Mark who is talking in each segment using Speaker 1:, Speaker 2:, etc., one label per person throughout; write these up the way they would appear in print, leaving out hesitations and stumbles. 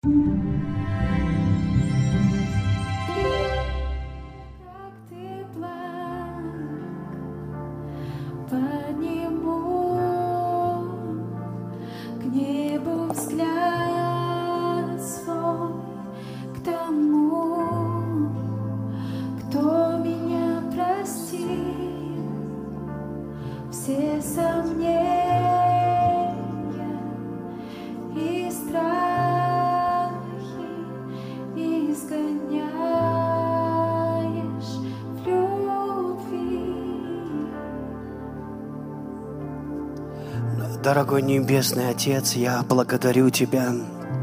Speaker 1: Дорогой Небесный Отец, я благодарю Тебя,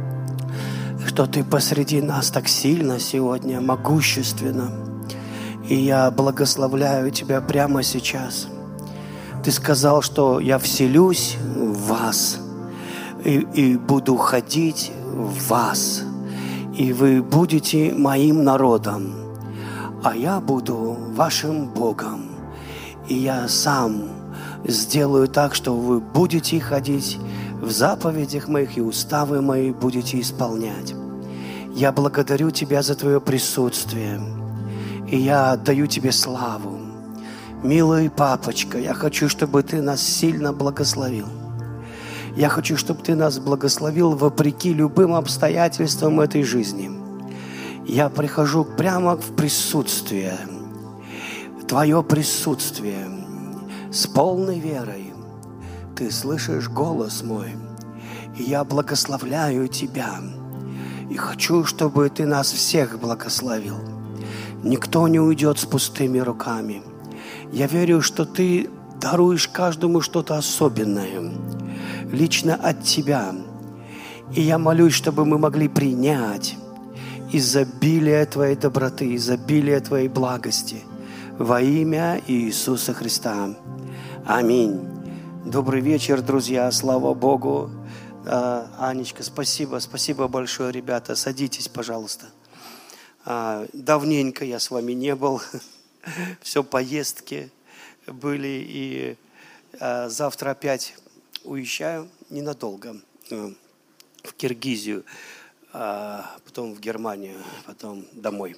Speaker 1: что Ты посреди нас так сильно сегодня, могущественно. И я благословляю Тебя прямо сейчас. Ты сказал, что я вселюсь в вас и буду ходить в вас. И вы будете моим народом, а я буду вашим Богом. И я сам сделаю так, что вы будете ходить в заповедях моих, и уставы мои будете исполнять. Я благодарю Тебя за Твое присутствие, и я отдаю Тебе славу. Милый Папочка, я хочу, чтобы Ты нас сильно благословил. Я хочу, чтобы Ты нас благословил вопреки любым обстоятельствам этой жизни. Я прихожу прямо в присутствие, Твое присутствие, с полной верой. Ты слышишь голос мой, и я благословляю Тебя. И хочу, чтобы Ты нас всех благословил. Никто не уйдет с пустыми руками. Я верю, что Ты даруешь каждому что-то особенное, лично от Тебя. И я молюсь, чтобы мы могли принять изобилие Твоей доброты, изобилие Твоей благости во имя Иисуса Христа. Аминь. Добрый вечер, друзья. Слава Богу. Анечка, спасибо большое, ребята. Садитесь, пожалуйста. Давненько я с вами не был. Все поездки были. И завтра опять уезжаю ненадолго. В Киргизию, потом в Германию, потом домой.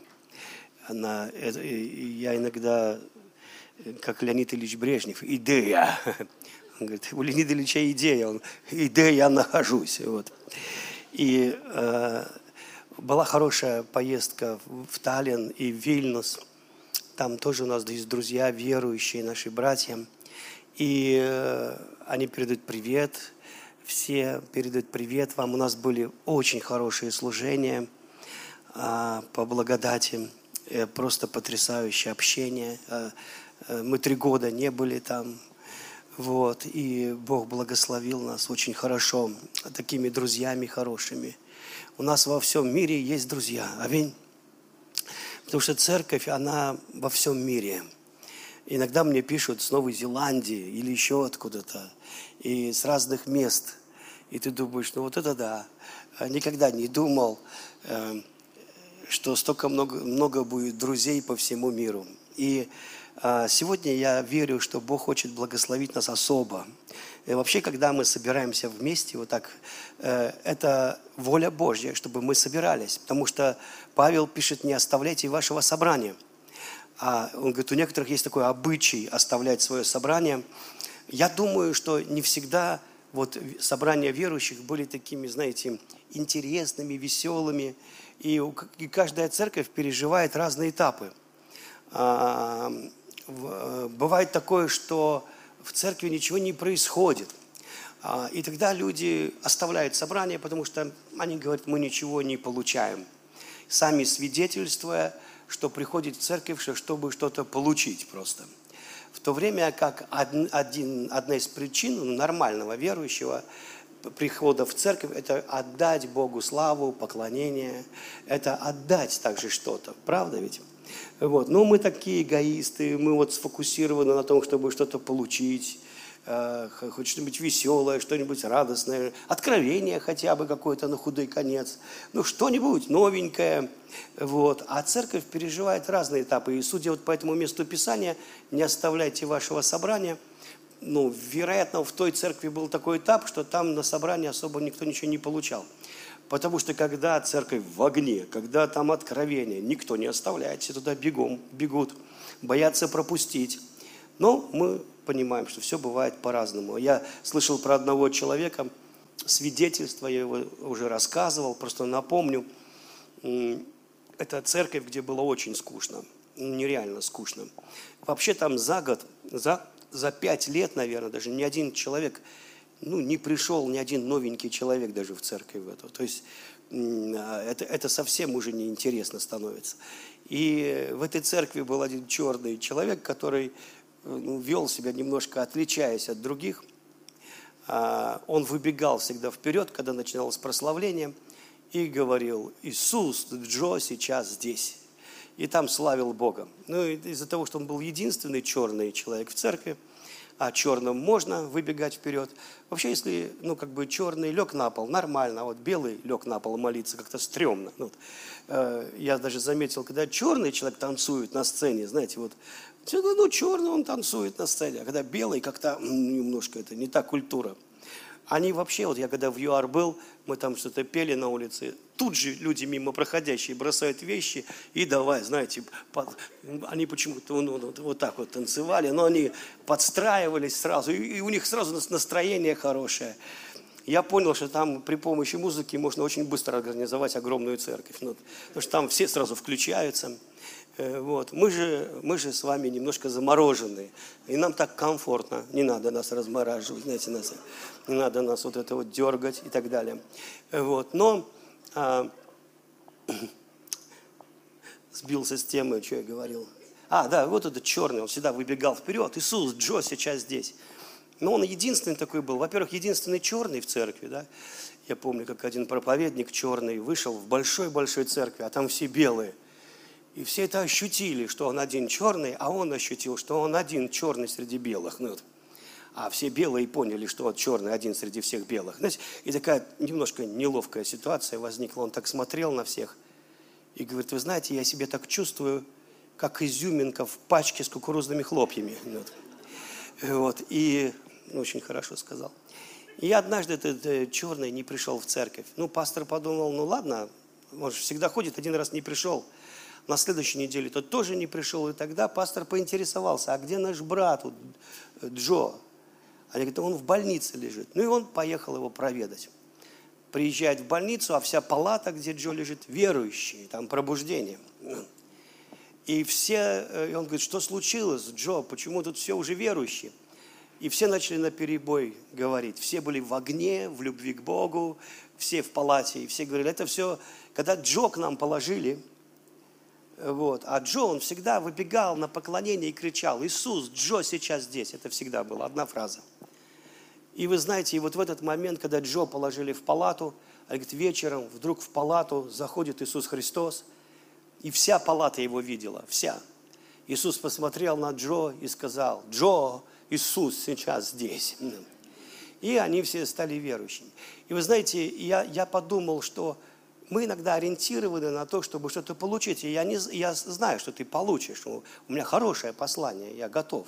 Speaker 1: Я иногда, как Леонид Ильич Брежнев, идея. Он говорит, у Леонида Ильича идея, я нахожусь. Вот. И была хорошая поездка в Таллин и в Вильнюс. Там тоже у нас есть друзья, верующие, наши братья. И они передают привет, все передают привет вам. У нас были очень хорошие служения по благодати, просто потрясающее общение. Мы 3 года не были там, вот, и Бог благословил нас очень хорошо, такими друзьями хорошими. У нас во всем мире есть друзья, аминь. Потому что церковь, она во всем мире. Иногда мне пишут с Новой Зеландии или еще откуда-то, и с разных мест. И ты думаешь, ну вот это да. Никогда не думал, что столько много будет друзей по всему миру. И сегодня я верю, что Бог хочет благословить нас особо. И вообще, когда мы собираемся вместе, вот так, это воля Божья, чтобы мы собирались. Потому что Павел пишет, не оставляйте вашего собрания. Он говорит, у некоторых есть такой обычай оставлять свое собрание. Я думаю, что не всегда вот собрания верующих были такими, знаете, интересными, веселыми. И каждая церковь переживает разные этапы. Бывает такое, что в церкви ничего не происходит. И тогда люди оставляют собрание, потому что они говорят, мы ничего не получаем. Сами свидетельствуя, что приходит в церковь, чтобы что-то получить просто. В то время как одна из причин нормального верующего прихода в церковь – это отдать Богу славу, поклонение, это отдать также что-то. Правда ведь? Вот. Но мы такие эгоисты, мы вот сфокусированы на том, чтобы что-то получить, хоть что-нибудь веселое, что-нибудь радостное, откровение хотя бы какое-то на худой конец, ну что-нибудь новенькое. Вот. А церковь переживает разные этапы. И судя вот по этому месту Писания, не оставляйте вашего собрания. Вероятно, в той церкви был такой этап, что там на собрании особо никто ничего не получал. Потому что когда церковь в огне, когда там откровение, никто не оставляет, все туда бегут, боятся пропустить. Но мы понимаем, что все бывает по-разному. Я слышал про одного человека, свидетельство, я его уже рассказывал, просто напомню. Это церковь, где было очень скучно, нереально скучно. Вообще там за год, за 5 лет, наверное, даже ни один человек, не пришел ни один новенький человек даже в церковь в эту. То есть это совсем уже неинтересно становится. И в этой церкви был один черный человек, который вел себя немножко отличаясь от других. Он выбегал всегда вперед, когда начиналось прославление, и говорил: «Иисус, Джо сейчас здесь». И там славил Бога. Из-за того, что он был единственный черный человек в церкви, а черным можно выбегать вперед. Вообще, если, черный лег на пол, нормально, а вот белый лег на пол молиться, как-то стрёмно. Я даже заметил, когда черный человек танцует на сцене, знаете, черный он танцует на сцене, а когда белый, как-то немножко это не та культура. Они вообще, я когда в ЮАР был, мы там что-то пели на улице, тут же люди мимо проходящие бросают вещи и давай, знаете, они почему-то вот так вот танцевали, но они подстраивались сразу, и у них сразу настроение хорошее. Я понял, что там при помощи музыки можно очень быстро организовать огромную церковь, потому что там все сразу включаются. Мы же с вами немножко замороженные, и нам так комфортно, не надо нас размораживать, знаете, не надо нас дергать и так далее. Но сбился с темы, что я говорил. Этот черный, он всегда выбегал вперед: «Иисус, Джо сейчас здесь». Но он единственный такой был. Во-первых, единственный черный в церкви, да. Я помню, как один проповедник черный вышел в большой-большой церкви, а там все белые. И все это ощутили, что он один черный, а он ощутил, что он один черный среди белых. А все белые поняли, что он черный один среди всех белых. Знаете, и такая немножко неловкая ситуация возникла. Он так смотрел на всех и говорит: «Вы знаете, я себя так чувствую, как изюминка в пачке с кукурузными хлопьями». И очень хорошо сказал. И однажды этот черный не пришел в церковь. Пастор подумал: ладно, может, всегда ходит, один раз не пришел. На следующей неделе тот тоже не пришел, и тогда пастор поинтересовался: «А где наш брат Джо?» Они говорят: «Он в больнице лежит». И он поехал его проведать. Приезжает в больницу, а вся палата, где Джо лежит, верующие, там пробуждение. И он говорит: «Что случилось, Джо? Почему тут все уже верующие?» И все начали наперебой говорить. Все были в огне, в любви к Богу, все в палате. И все говорили: это все, когда Джо к нам положили. А Джо, он всегда выбегал на поклонение и кричал: «Иисус, Джо сейчас здесь». Это всегда была одна фраза. И вы знаете, в этот момент, когда Джо положили в палату, говорит, вечером вдруг в палату заходит Иисус Христос, и вся палата его видела, вся. Иисус посмотрел на Джо и сказал: «Джо, Иисус сейчас здесь». И они все стали верующими. И вы знаете, я подумал, что мы иногда ориентированы на то, чтобы что-то получить. И я знаю, что ты получишь. У меня хорошее послание, я готов.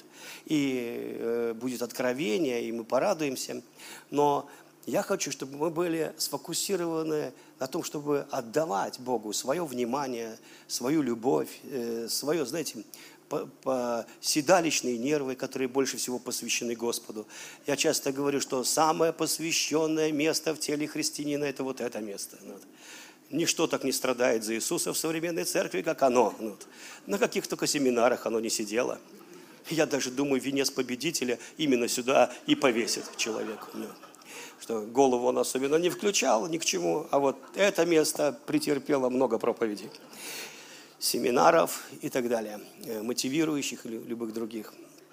Speaker 1: И будет откровение, и мы порадуемся. Но я хочу, чтобы мы были сфокусированы на том, чтобы отдавать Богу свое внимание, свою любовь, свое, знаете, седалищные нервы, которые больше всего посвящены Господу. Я часто говорю, что самое посвященное место в теле христианина – это это место. Ничто так не страдает за Иисуса в современной церкви, как оно. На каких только семинарах оно не сидело. Я даже думаю, венец победителя именно сюда и повесит человеку. Что голову он особенно не включал ни к чему, а это место претерпело много проповедей, семинаров и так далее, мотивирующих или любых других.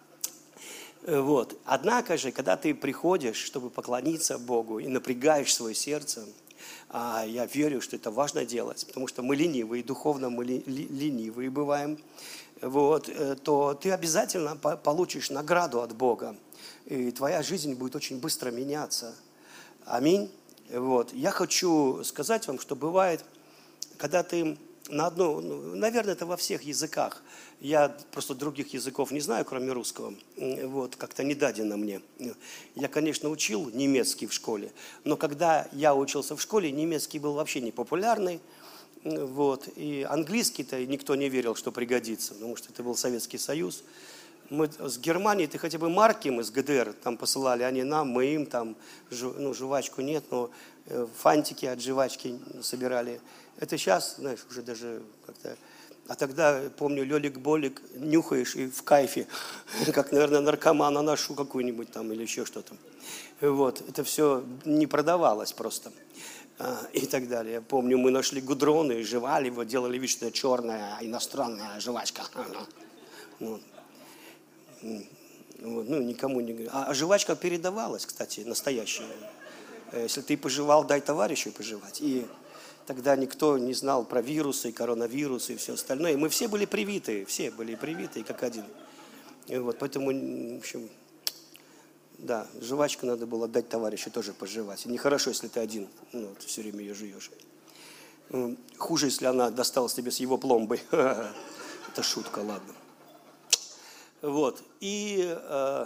Speaker 1: Однако же, когда ты приходишь, чтобы поклониться Богу и напрягаешь свое сердце, а я верю, что это важно делать, потому что мы ленивые, духовно мы ленивые бываем, то ты обязательно получишь награду от Бога, и твоя жизнь будет очень быстро меняться. Аминь. Я хочу сказать вам, что бывает, когда ты на одну, наверное, это во всех языках. Я просто других языков не знаю, кроме русского. Вот, как-то не дадено мне. Я, конечно, учил немецкий в школе, но когда я учился в школе, немецкий был вообще не популярный. Вот, и английский-то никто не верил, что пригодится, потому что это был Советский Союз. Мы с Германией, ты хотя бы марки мы с ГДР там посылали, они нам, мы им там, жвачку нет, но фантики от жвачки собирали. Это сейчас, знаешь, уже даже как-то... А тогда, помню, лёлик-болик, нюхаешь и в кайфе, как, наверное, наркоман, анашу какую-нибудь там или еще что-то. Вот, это все не продавалось просто. И так далее. Я помню, мы нашли гудроны, жевали его, делали вид, что это черная иностранная жвачка. Вот. Вот, ну, никому не говорю. А жвачка передавалась, кстати, настоящая. Если ты пожевал, дай товарищу пожевать. И тогда никто не знал про вирусы, коронавирусы и все остальное. И мы все были привиты, как один. И вот, поэтому, в общем, да, жвачку надо было дать товарищу тоже пожевать. И нехорошо, если ты один, ну, вот, все время ее жуешь. Хуже, если она досталась тебе с его пломбой. Это шутка, ладно. Вот, и,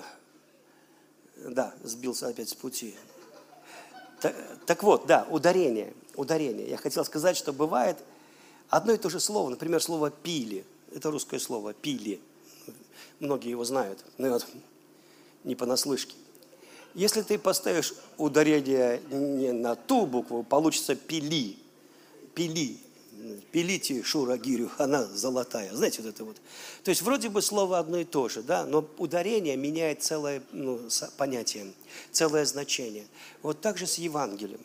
Speaker 1: да, сбился опять с пути. Так вот, да, ударение. Я хотел сказать, что бывает одно и то же слово, например, слово «пили». Это русское слово «пили». Многие его знают, но вот не понаслышке. Если ты поставишь ударение не на ту букву, получится «пили». Пилите Шура гирю, она золотая. Знаете, вот это вот. То есть вроде бы слово одно и то же, да, но ударение меняет целое понятие, целое значение. Вот так же с Евангелием.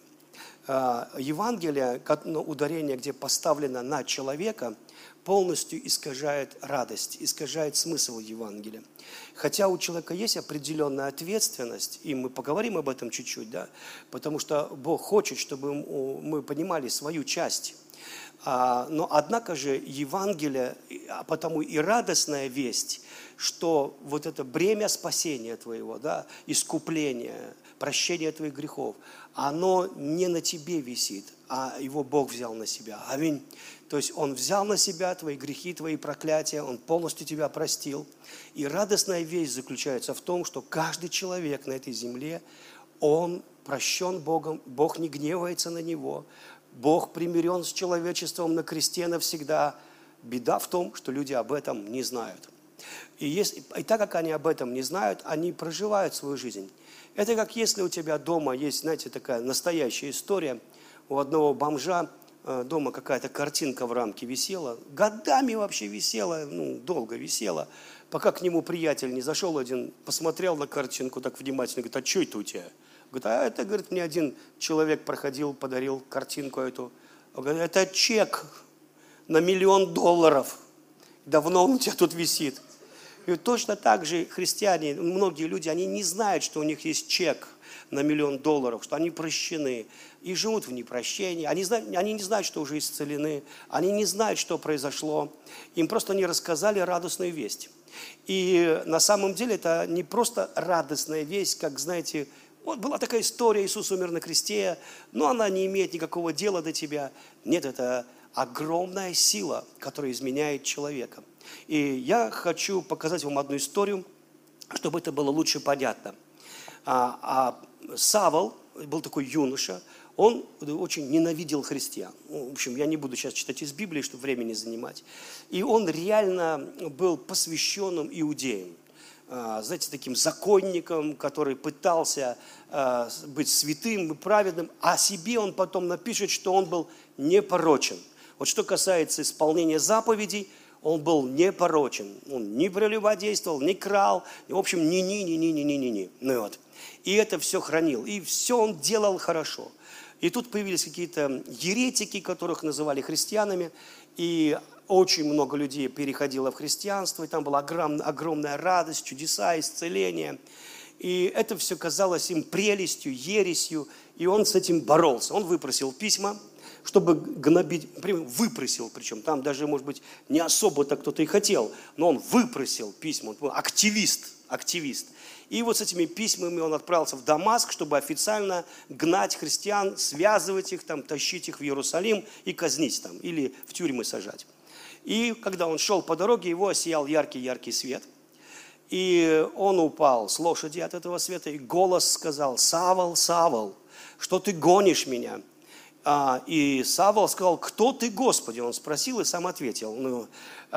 Speaker 1: Евангелие, ударение, где поставлено на человека, полностью искажает радость, искажает смысл Евангелия. Хотя у человека есть определенная ответственность, и мы поговорим об этом чуть-чуть, да, потому что Бог хочет, чтобы мы понимали свою часть. Но однако же Евангелие, а потому и радостная весть, что вот это бремя спасения твоего, да, искупления, прощения твоих грехов, оно не на тебе висит, а его Бог взял на себя. Аминь. То есть Он взял на себя твои грехи, твои проклятия, Он полностью тебя простил. И радостная весть заключается в том, что каждый человек на этой земле, он прощен Богом, Бог не гневается на него, Бог примирен с человечеством на кресте навсегда. Беда в том, что люди об этом не знают. И так как они об этом не знают, они проживают свою жизнь. Это как если у тебя дома есть, знаете, такая настоящая история. У одного бомжа дома какая-то картинка в рамке висела. Годами вообще висела, долго висела. Пока к нему приятель не зашел один, посмотрел на картинку так внимательно, говорит, а что это у тебя? Говорит, а это, говорит, мне один человек проходил, подарил картинку эту. Он говорит, это чек на $1 миллион. Давно он у тебя тут висит. И точно так же христиане, многие люди, они не знают, что у них есть чек на $1 миллион, что они прощены и живут в непрощении. Они не знают, что уже исцелены. Они не знают, что произошло. Им просто не рассказали радостную весть. И на самом деле это не просто радостная весть, как, знаете, вот была такая история, Иисус умер на кресте, но она не имеет никакого дела до тебя. Нет, это огромная сила, которая изменяет человека. И я хочу показать вам одну историю, чтобы это было лучше понятно. Савл был такой юноша, он очень ненавидел христиан. В общем, я не буду сейчас читать из Библии, чтобы время не занимать. И он реально был посвященным иудеям. Знаете, таким законником, который пытался быть святым и праведным, а о себе он потом напишет, что он был непорочен. Вот что касается исполнения заповедей, он был непорочен. Он не прелюбодействовал, не крал, в общем, ни. Ну вот. И это все хранил, и все он делал хорошо. И тут появились какие-то еретики, которых называли христианами, и очень много людей переходило в христианство, и там была огромная радость, чудеса, исцеление. И это все казалось им прелестью, ересью, и он с этим боролся. Он выпросил письма, чтобы гнобить, выпросил, причем там даже, может быть, не особо-то кто-то и хотел, но он выпросил письма, он был активист. И вот с этими письмами он отправился в Дамаск, чтобы официально гнать христиан, связывать их, там, тащить их в Иерусалим и казнить там, или в тюрьмы сажать. И когда он шел по дороге, его осиял яркий свет. И он упал с лошади от этого света, и голос сказал: «Савл, Савл, что ты гонишь меня?» И Савл сказал: «Кто ты, Господи?» Он спросил и сам ответил.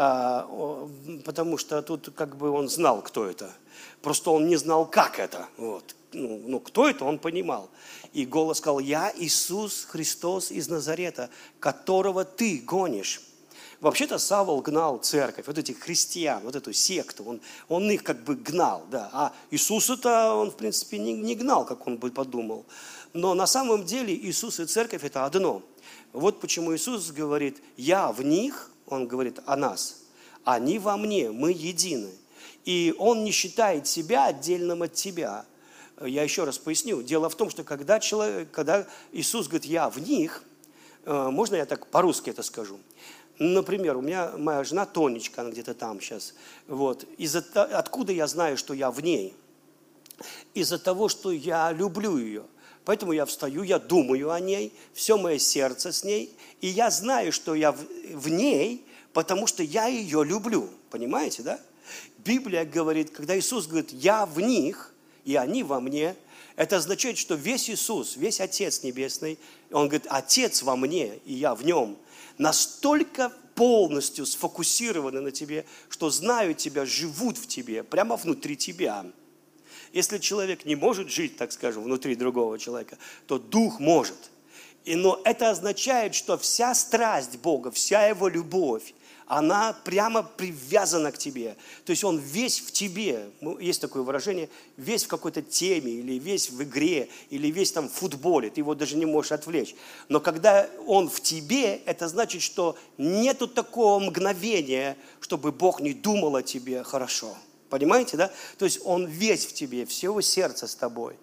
Speaker 1: Потому что тут как бы он знал, кто это. Просто он не знал, как это. Вот. Кто это, он понимал. И голос сказал: «Я Иисус Христос из Назарета, которого ты гонишь». Вообще-то Савл гнал церковь, вот этих христиан, вот эту секту, он их как бы гнал, да. А Иисуса-то он, в принципе, не гнал, как он бы подумал. Но на самом деле Иисус и церковь – это одно. Вот почему Иисус говорит: «Я в них», он говорит о нас, «они во мне, мы едины». И он не считает себя отдельным от тебя. Я еще раз поясню. Дело в том, что когда Иисус говорит: «Я в них», можно я так по-русски это скажу? Например, у меня моя жена Тонечка, она где-то там сейчас. Вот. Откуда я знаю, что я в ней? Из-за того, что я люблю ее. Поэтому я встаю, я думаю о ней, все мое сердце с ней. И я знаю, что я в ней, потому что я ее люблю. Понимаете, да? Библия говорит, когда Иисус говорит: «Я в них, и они во мне», это означает, что весь Иисус, весь Отец Небесный, Он говорит: «Отец во мне, и я в нем», настолько полностью сфокусированы на тебе, что знают тебя, живут в тебе, прямо внутри тебя. Если человек не может жить, так скажем, внутри другого человека, то Дух может. Но это означает, что вся страсть Бога, вся Его любовь, она прямо привязана к тебе. То есть Он весь в тебе. Есть такое выражение: весь в какой-то теме, или весь в игре, или весь там в футболе. Ты его даже не можешь отвлечь. Но когда Он в тебе, это значит, что нету такого мгновения, чтобы Бог не думал о тебе хорошо. Понимаете, да? То есть Он весь в тебе, все Его сердце с тобой.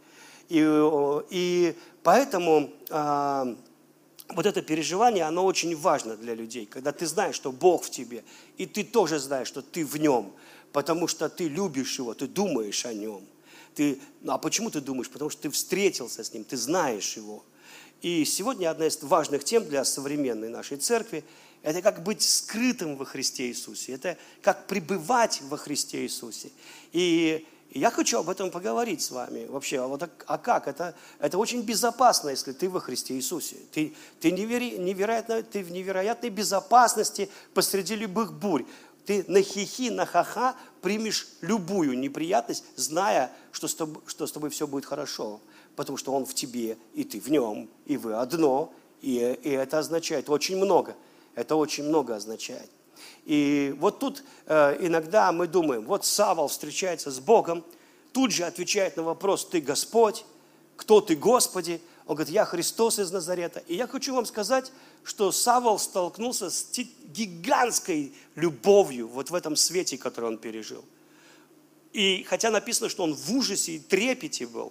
Speaker 1: И поэтому вот это переживание, оно очень важно для людей, когда ты знаешь, что Бог в тебе, и ты тоже знаешь, что ты в Нем, потому что ты любишь Его, ты думаешь о Нем. А почему ты думаешь? Потому что ты встретился с Ним, ты знаешь Его. И сегодня одна из важных тем для современной нашей церкви – это как быть скрытым во Христе Иисусе, это как пребывать во Христе Иисусе. И я хочу об этом поговорить с вами вообще. А как? Это очень безопасно, если ты во Христе Иисусе. Ты в невероятной безопасности посреди любых бурь. Ты на хихи, на ха-ха примешь любую неприятность, зная, что с тобой все будет хорошо. Потому что Он в тебе, и ты в Нем, и вы одно. И это означает очень много. Это очень много означает. И вот тут иногда мы думаем: вот Савл встречается с Богом, тут же отвечает на вопрос: «Ты Господь? Кто ты, Господи?» Он говорит: «Я Христос из Назарета». И я хочу вам сказать, что Савл столкнулся с гигантской любовью вот в этом свете, который он пережил. И хотя написано, что он в ужасе и трепете был,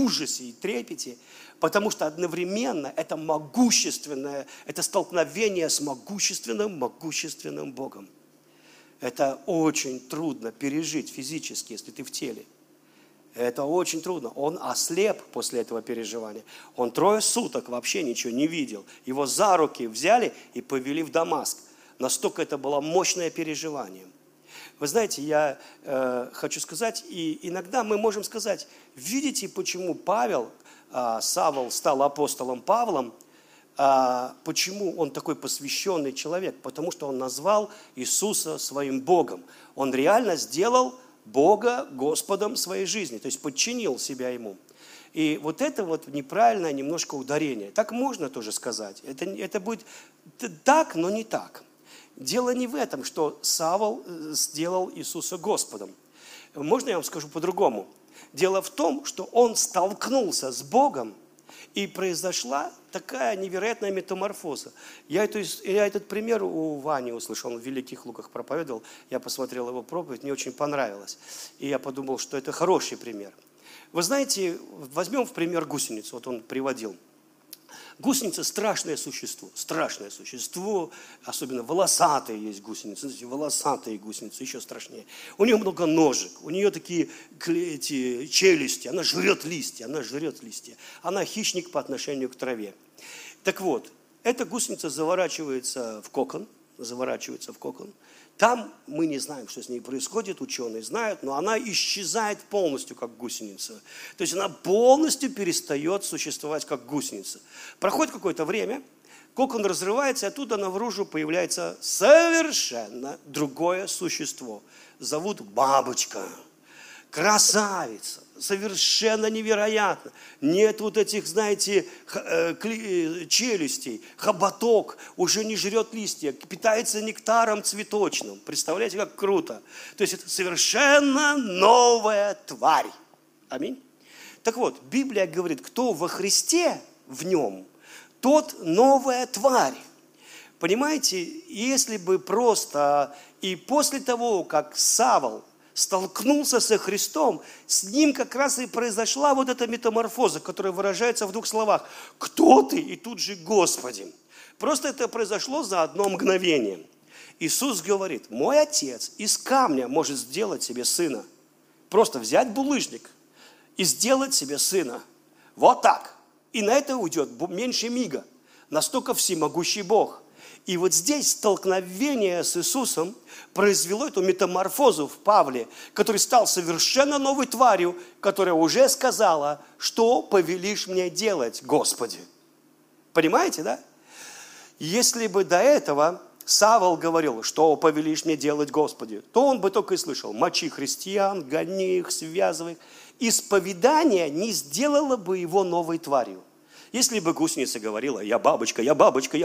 Speaker 1: потому что одновременно это могущественное, это столкновение с могущественным Богом. Это очень трудно пережить физически, если ты в теле. Это очень трудно. Он ослеп после этого переживания. Он 3 суток вообще ничего не видел. Его за руки взяли и повели в Дамаск. Настолько это было мощное переживание. Вы знаете, я хочу сказать, и иногда мы можем сказать: видите, почему Савл стал апостолом Павлом, почему он такой посвященный человек? Потому что он назвал Иисуса своим Богом. Он реально сделал Бога Господом своей жизни, то есть подчинил себя Ему. И вот это вот неправильное немножко ударение. Так можно тоже сказать. Это будет так, но не так. Дело не в этом, что Савл сделал Иисуса Господом. Можно я вам скажу по-другому? Дело в том, что он столкнулся с Богом, и произошла такая невероятная метаморфоза. Я этот пример у Вани услышал, он в Великих Луках проповедовал. Я посмотрел его проповедь, мне очень понравилось. И я подумал, что это хороший пример. Вы знаете, возьмем в пример гусеницу, вот он приводил. Гусеница – страшное существо, особенно волосатые есть гусеницы. Знаете, волосатые гусеницы еще страшнее. У нее много ножек, у нее такие эти челюсти, она жрет листья. Она хищник по отношению к траве. Так вот, эта гусеница заворачивается в кокон. Там мы не знаем, что с ней происходит, ученые знают, но она исчезает полностью, как гусеница. То есть она полностью перестает существовать, как гусеница. Проходит какое-то время, кокон разрывается, и оттуда наружу появляется совершенно другое существо. Зовут бабочка. Красавица, совершенно невероятно. Нет вот этих, знаете, челюстей, хоботок, уже не жрет листья, питается нектаром цветочным. Представляете, как круто. То есть это совершенно новая тварь. Аминь. Так вот, Библия говорит, кто во Христе в нем, тот новая тварь. Понимаете, если бы просто и после того, как Савл столкнулся со Христом, с ним как раз и произошла вот эта метаморфоза, которая выражается в двух словах. Кто ты? И тут же Господи. Просто это произошло за одно мгновение. Иисус говорит, мой Отец из камня может сделать себе сына. Просто взять булыжник и сделать себе сына. Вот так. И на это уйдет меньше мига. Настолько всемогущий Бог. И вот здесь столкновение с Иисусом произвело эту метаморфозу в Павле, который стал совершенно новой тварью, которая уже сказала, что повелишь мне делать, Господи. Понимаете, да? Если бы до этого Савл говорил, что повелишь мне делать, Господи, то он бы только и слышал, мочи христиан, гони их, связывай их. Исповедание не сделало бы его новой тварью. Если бы гусеница говорила, я бабочка, я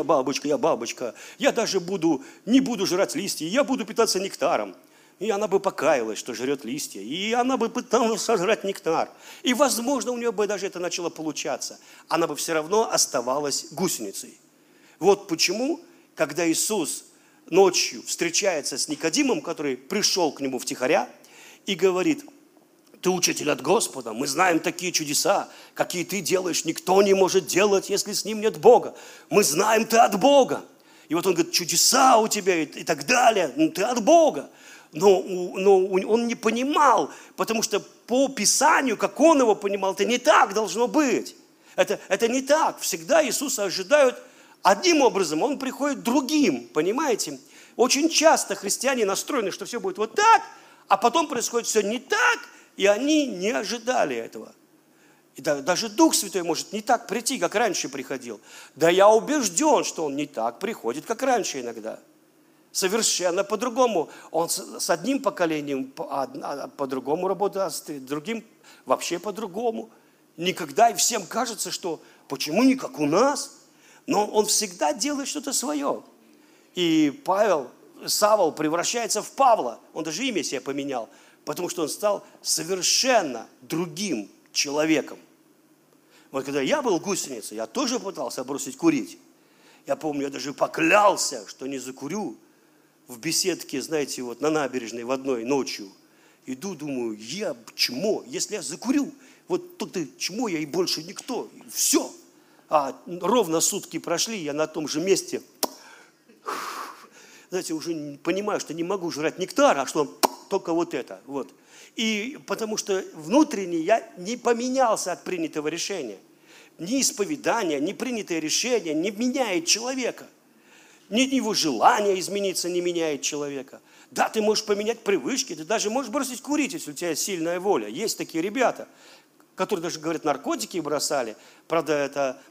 Speaker 1: даже не буду жрать листья, я буду питаться нектаром. И она бы покаялась, что жрет листья, и она бы пыталась сожрать нектар. И, возможно, у нее бы даже это начало получаться. Она бы все равно оставалась гусеницей. Вот почему, когда Иисус ночью встречается с Никодимом, который пришел к нему втихаря, и говорит, ты учитель от Господа, мы знаем такие чудеса, какие ты делаешь, никто не может делать, если с ним нет Бога. Мы знаем, ты от Бога. И вот он говорит, чудеса у тебя и так далее, ну, ты от Бога. Но он не понимал, потому что по Писанию, как он его понимал, это не так должно быть. Это не так. Всегда Иисуса ожидают одним образом, он приходит другим, понимаете? Очень часто христиане настроены, что все будет вот так, а потом происходит все не так, и они не ожидали этого. И даже Дух Святой может не так прийти, как раньше приходил. Да я убежден, что Он не так приходит, как раньше иногда. Совершенно по-другому. Он с одним поколением по-другому работает, а с другим вообще по-другому. Никогда, и всем кажется, что почему не как у нас? Но Он всегда делает что-то свое. И Савл превращается в Павла. Он даже имя себе поменял. Потому что он стал совершенно другим человеком. Вот когда я был гусеницей, я тоже пытался бросить курить. Я помню, я даже поклялся, что не закурю. В беседке, знаете, вот на набережной в одной ночью. Иду, думаю, я чмо, если я закурю, вот тут чмо, я и больше никто. И все. А ровно сутки прошли, я на том же месте. Знаете, уже понимаю, что не могу жрать нектар, а что только вот это. Вот. И потому что внутренне я не поменялся от принятого решения. Ни исповедание, ни принятое решение не меняет человека. Ни его желание измениться не меняет человека. Да, ты можешь поменять привычки, ты даже можешь бросить курить, если у тебя сильная воля. Есть такие ребята, которые даже, говорят, наркотики бросали. Правда, это,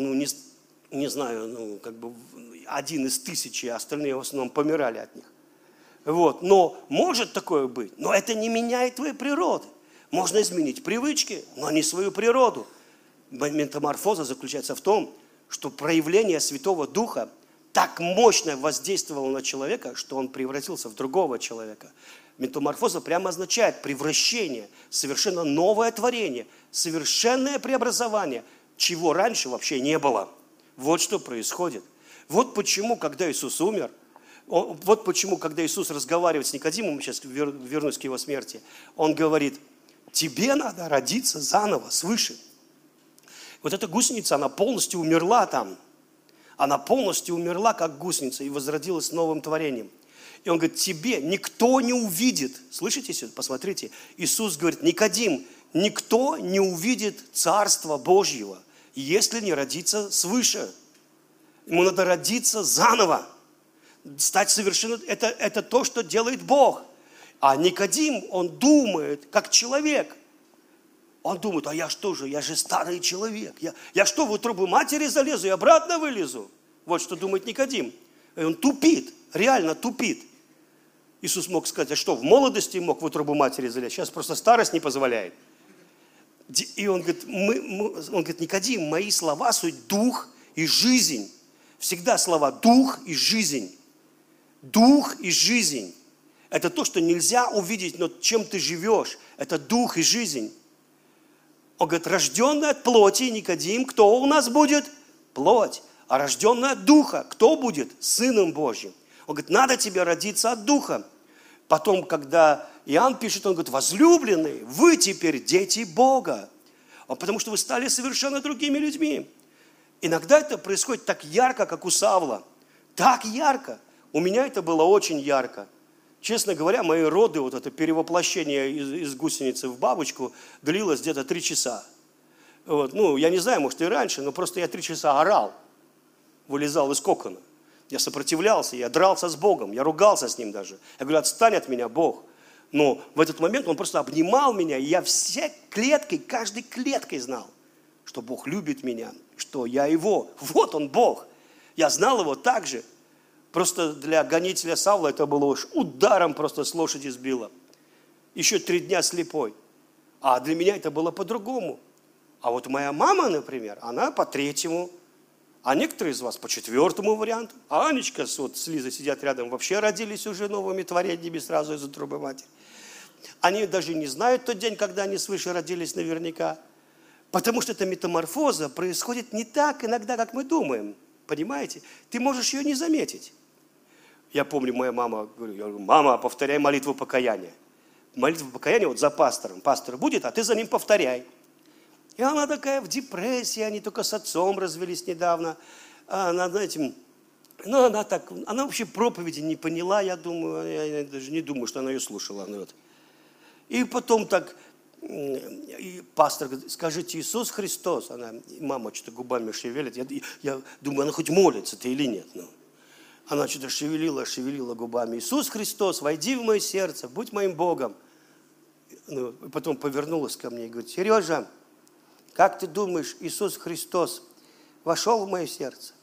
Speaker 1: не знаю, как бы 1 из 1000, а остальные в основном помирали от них. Вот. Но может такое быть, но это не меняет твоей природы. Можно изменить привычки, но не свою природу. Метаморфоза заключается в том, что проявление Святого Духа так мощно воздействовало на человека, что он превратился в другого человека. Метаморфоза прямо означает превращение, совершенно новое творение, совершенное преобразование, чего раньше вообще не было. Вот что происходит. Вот почему, когда Иисус умер, вот почему, когда Иисус разговаривает с Никодимом, сейчас вернусь к его смерти, он говорит, тебе надо родиться заново, свыше. Вот эта гусеница, она полностью умерла там. Она полностью умерла, как гусеница, и возродилась новым творением. И он говорит, тебе никто не увидит. Слышите сюда? Посмотрите. Иисус говорит, Никодим, никто не увидит Царство Божьего, если не родиться свыше. Ему надо родиться заново. Стать совершенным. Это то, что делает Бог. А Никодим, он думает, как человек. Он думает, а я что же, я же старый человек. Я что, в утробу матери залезу и обратно вылезу? Вот что думает Никодим. И он тупит, реально тупит. Иисус мог сказать, а что, в молодости мог в утробу матери залезть? Сейчас просто старость не позволяет. И он говорит, Никодим, мои слова суть дух и жизнь. Всегда слова дух и жизнь. Дух и жизнь. Это то, что нельзя увидеть, но чем ты живешь. Это дух и жизнь. Он говорит, рожденный от плоти, Никодим, кто у нас будет? Плоть. А рожденный от духа, кто будет? Сыном Божьим. Он говорит, надо тебе родиться от духа. Потом, когда Иоанн пишет, он говорит, возлюбленные, вы теперь дети Бога. Потому что вы стали совершенно другими людьми. Иногда это происходит так ярко, как у Савла. Так ярко. У меня это было очень ярко. Честно говоря, мои роды, вот это перевоплощение из гусеницы в бабочку длилось где-то 3 часа. Вот. Ну, я не знаю, может и раньше, но просто я 3 часа орал, вылезал из кокона. Я сопротивлялся, я дрался с Богом, я ругался с Ним даже. Я говорю, отстань от меня, Бог. Но в этот момент Он просто обнимал меня, и я всей клеткой, каждой клеткой знал, что Бог любит меня, что я Его. Вот Он, Бог. Я знал Его так же. Просто для гонителя Савла это было уж ударом просто с лошади сбило. Еще 3 дня слепой. А для меня это было по-другому. А вот моя мама, например, она по 3-му, а некоторые из вас по 4-му варианту. А Анечка вот с Лизой сидят рядом, вообще родились уже новыми творениями сразу из утробы матери. Они даже не знают тот день, когда они свыше родились наверняка. Потому что эта метаморфоза происходит не так иногда, как мы думаем. Понимаете? Ты можешь ее не заметить. Я помню, моя мама, я говорю, мама, повторяй молитву покаяния. Молитва покаяния вот за пастором. Пастор будет, а ты за ним повторяй. И она такая в депрессии, они только с отцом развелись недавно. Она, знаете, она вообще проповеди не поняла, я думаю, я даже не думаю, что она ее слушала. Вот. И потом так, и пастор говорит, скажите, Иисус Христос. Мама что-то губами шевелит. Я думаю, она хоть молится-то или нет. Она что-то шевелила губами. Иисус Христос, войди в мое сердце, будь моим Богом. Потом повернулась ко мне и говорит, Сережа, как ты думаешь, Иисус Христос вошел в мое сердце?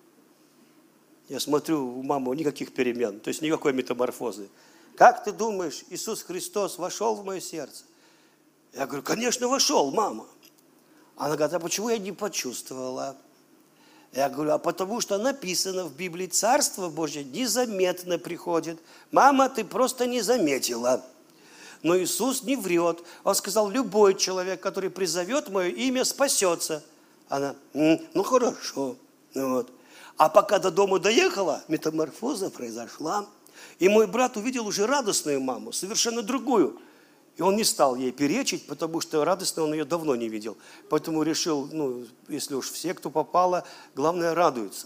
Speaker 1: Я смотрю, у мамы никаких перемен, то есть никакой метаморфозы. Как ты думаешь, Иисус Христос вошел в мое сердце? Я говорю, конечно, вошел, мама. Она говорит, а почему я не почувствовала? Я говорю, а потому что написано в Библии, Царство Божье незаметно приходит. Мама, ты просто не заметила. Но Иисус не врет. Он сказал, любой человек, который призовет мое имя, спасется. Она, ну хорошо. Вот. А пока до дома доехала, метаморфоза произошла. И мой брат увидел уже радостную маму, совершенно другую. И он не стал ей перечить, потому что радостно он ее давно не видел. Поэтому решил, если уж все, кто попало, главное радуются.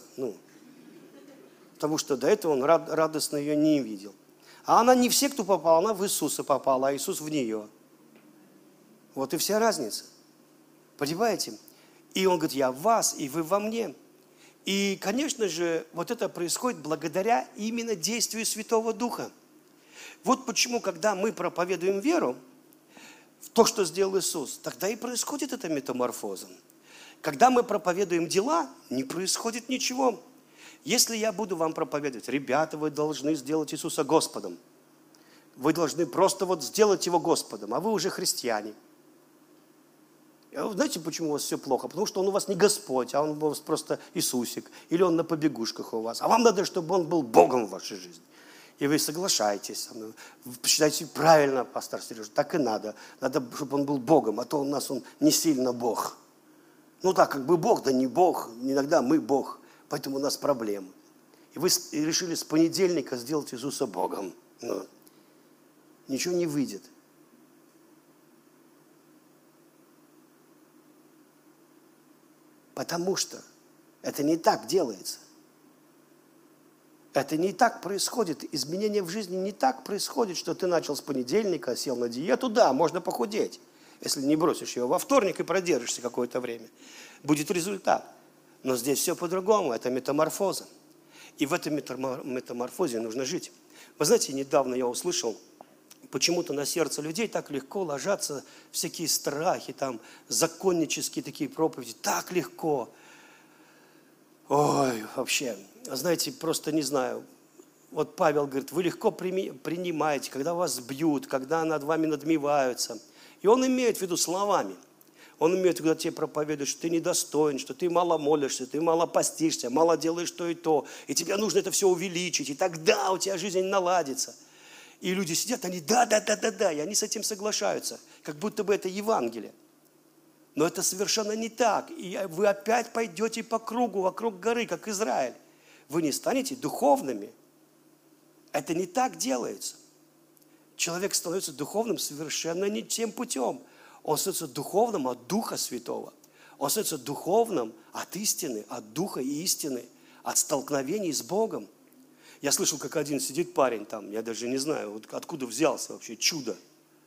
Speaker 1: Потому что до этого он радостно ее не видел. А она не все, кто попал, она в Иисуса попала, а Иисус в нее. Вот и вся разница. Понимаете? И он говорит, я в вас, и вы во мне. И, конечно же, вот это происходит благодаря именно действию Святого Духа. Вот почему, когда мы проповедуем веру в то, что сделал Иисус, тогда и происходит эта метаморфоза. Когда мы проповедуем дела, не происходит ничего. Если я буду вам проповедовать, ребята, вы должны сделать Иисуса Господом. Вы должны просто вот сделать Его Господом, а вы уже христиане. Знаете, почему у вас все плохо? Потому что Он у вас не Господь, а Он у вас просто Иисусик. Или Он на побегушках у вас. А вам надо, чтобы Он был Богом в вашей жизни. И вы соглашаетесь со мной. Вы считаете правильно, пастор Сережа, так и надо. Надо, чтобы Он был Богом, а то у нас Он не сильно Бог. Так, как бы Бог, да не Бог. Иногда мы Бог. Поэтому у нас проблемы. И вы решили с понедельника сделать Иисуса Богом. Ничего не выйдет. Потому что это не так делается. Это не так происходит. Изменение в жизни не так происходит, что ты начал с понедельника, сел на диету. Да, можно похудеть, если не бросишь ее во вторник и продержишься какое-то время. Будет результат. Но здесь все по-другому. Это метаморфоза. И в этом метаморфозе нужно жить. Вы знаете, недавно я услышал, почему-то на сердце людей так легко ложатся всякие страхи, там, законнические такие проповеди. Так легко. Ой, вообще, знаете, просто не знаю. Вот Павел говорит, вы легко принимаете, когда вас бьют, когда над вами надмеваются. И он имеет в виду словами. Он имеет в виду, когда тебе проповедуют, что ты недостоин, что ты мало молишься, ты мало постишься, мало делаешь то и то. И тебе нужно это все увеличить, и тогда у тебя жизнь наладится. И люди сидят, они да, и они с этим соглашаются, как будто бы это Евангелие. Но это совершенно не так. И вы опять пойдете по кругу, вокруг горы, как Израиль. Вы не станете духовными. Это не так делается. Человек становится духовным совершенно не тем путем. Он становится духовным от Духа Святого. Он становится духовным от истины, от Духа и истины, от столкновений с Богом. Я слышал, как один сидит парень там, я даже не знаю, вот откуда взялся вообще чудо.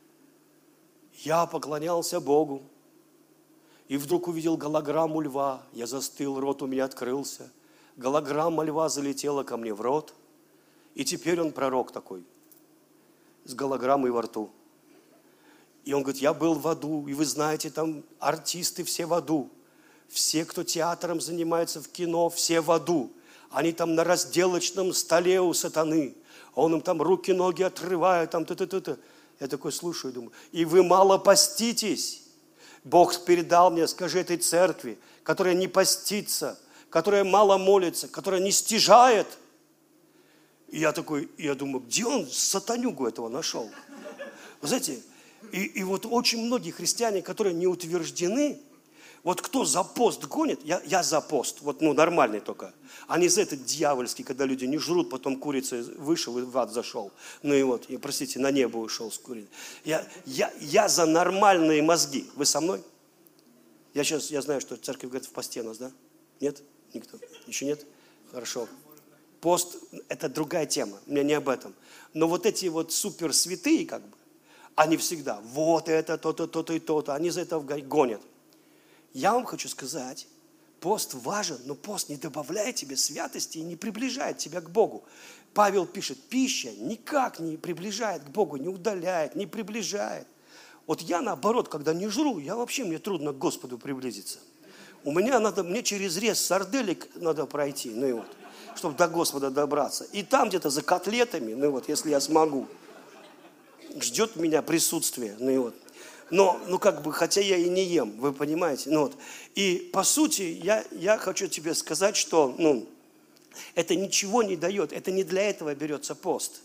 Speaker 1: Я поклонялся Богу. И вдруг увидел голограмму льва. Я застыл, рот у меня открылся. Голограмма льва залетела ко мне в рот. И теперь он пророк такой, с голограммой во рту. И он говорит, я был в аду. И вы знаете, там артисты все в аду. Все, кто театром занимается в кино, все в аду. Они там на разделочном столе у сатаны. Он им там руки, ноги отрывает. Там, Я такой слушаю, думаю, и вы мало поститесь. Бог передал мне, скажи этой церкви, которая не постится, которая мало молится, которая не стяжает. И я думаю, где он сатанюгу этого нашел? Вы знаете, и вот очень многие христиане, которые не утверждены, вот кто за пост гонит, я за пост, вот нормальный только, а не за этот дьявольский, когда люди не жрут, потом курица вышел и в ад зашел. Простите, на небо ушел с курицей. Я за нормальные мозги. Вы со мной? Я знаю, что церковь говорит в посте нас, да? Нет? Никто? Еще нет? Хорошо. Пост – это другая тема, у меня не об этом. Но вот эти вот суперсвятые, как бы, они всегда, вот это, то-то, то-то и то-то, они за это гонят. Я вам хочу сказать, пост важен, но пост не добавляет тебе святости и не приближает тебя к Богу. Павел пишет, пища никак не приближает к Богу, не удаляет, не приближает. Вот я наоборот, когда не жру, мне трудно к Господу приблизиться. Мне через рез сарделек надо пройти, чтобы до Господа добраться. И там где-то за котлетами, если я смогу, ждет меня присутствие, Но, хотя я и не ем, вы понимаете. И, по сути, я хочу тебе сказать, что, это ничего не дает. Это не для этого берется пост.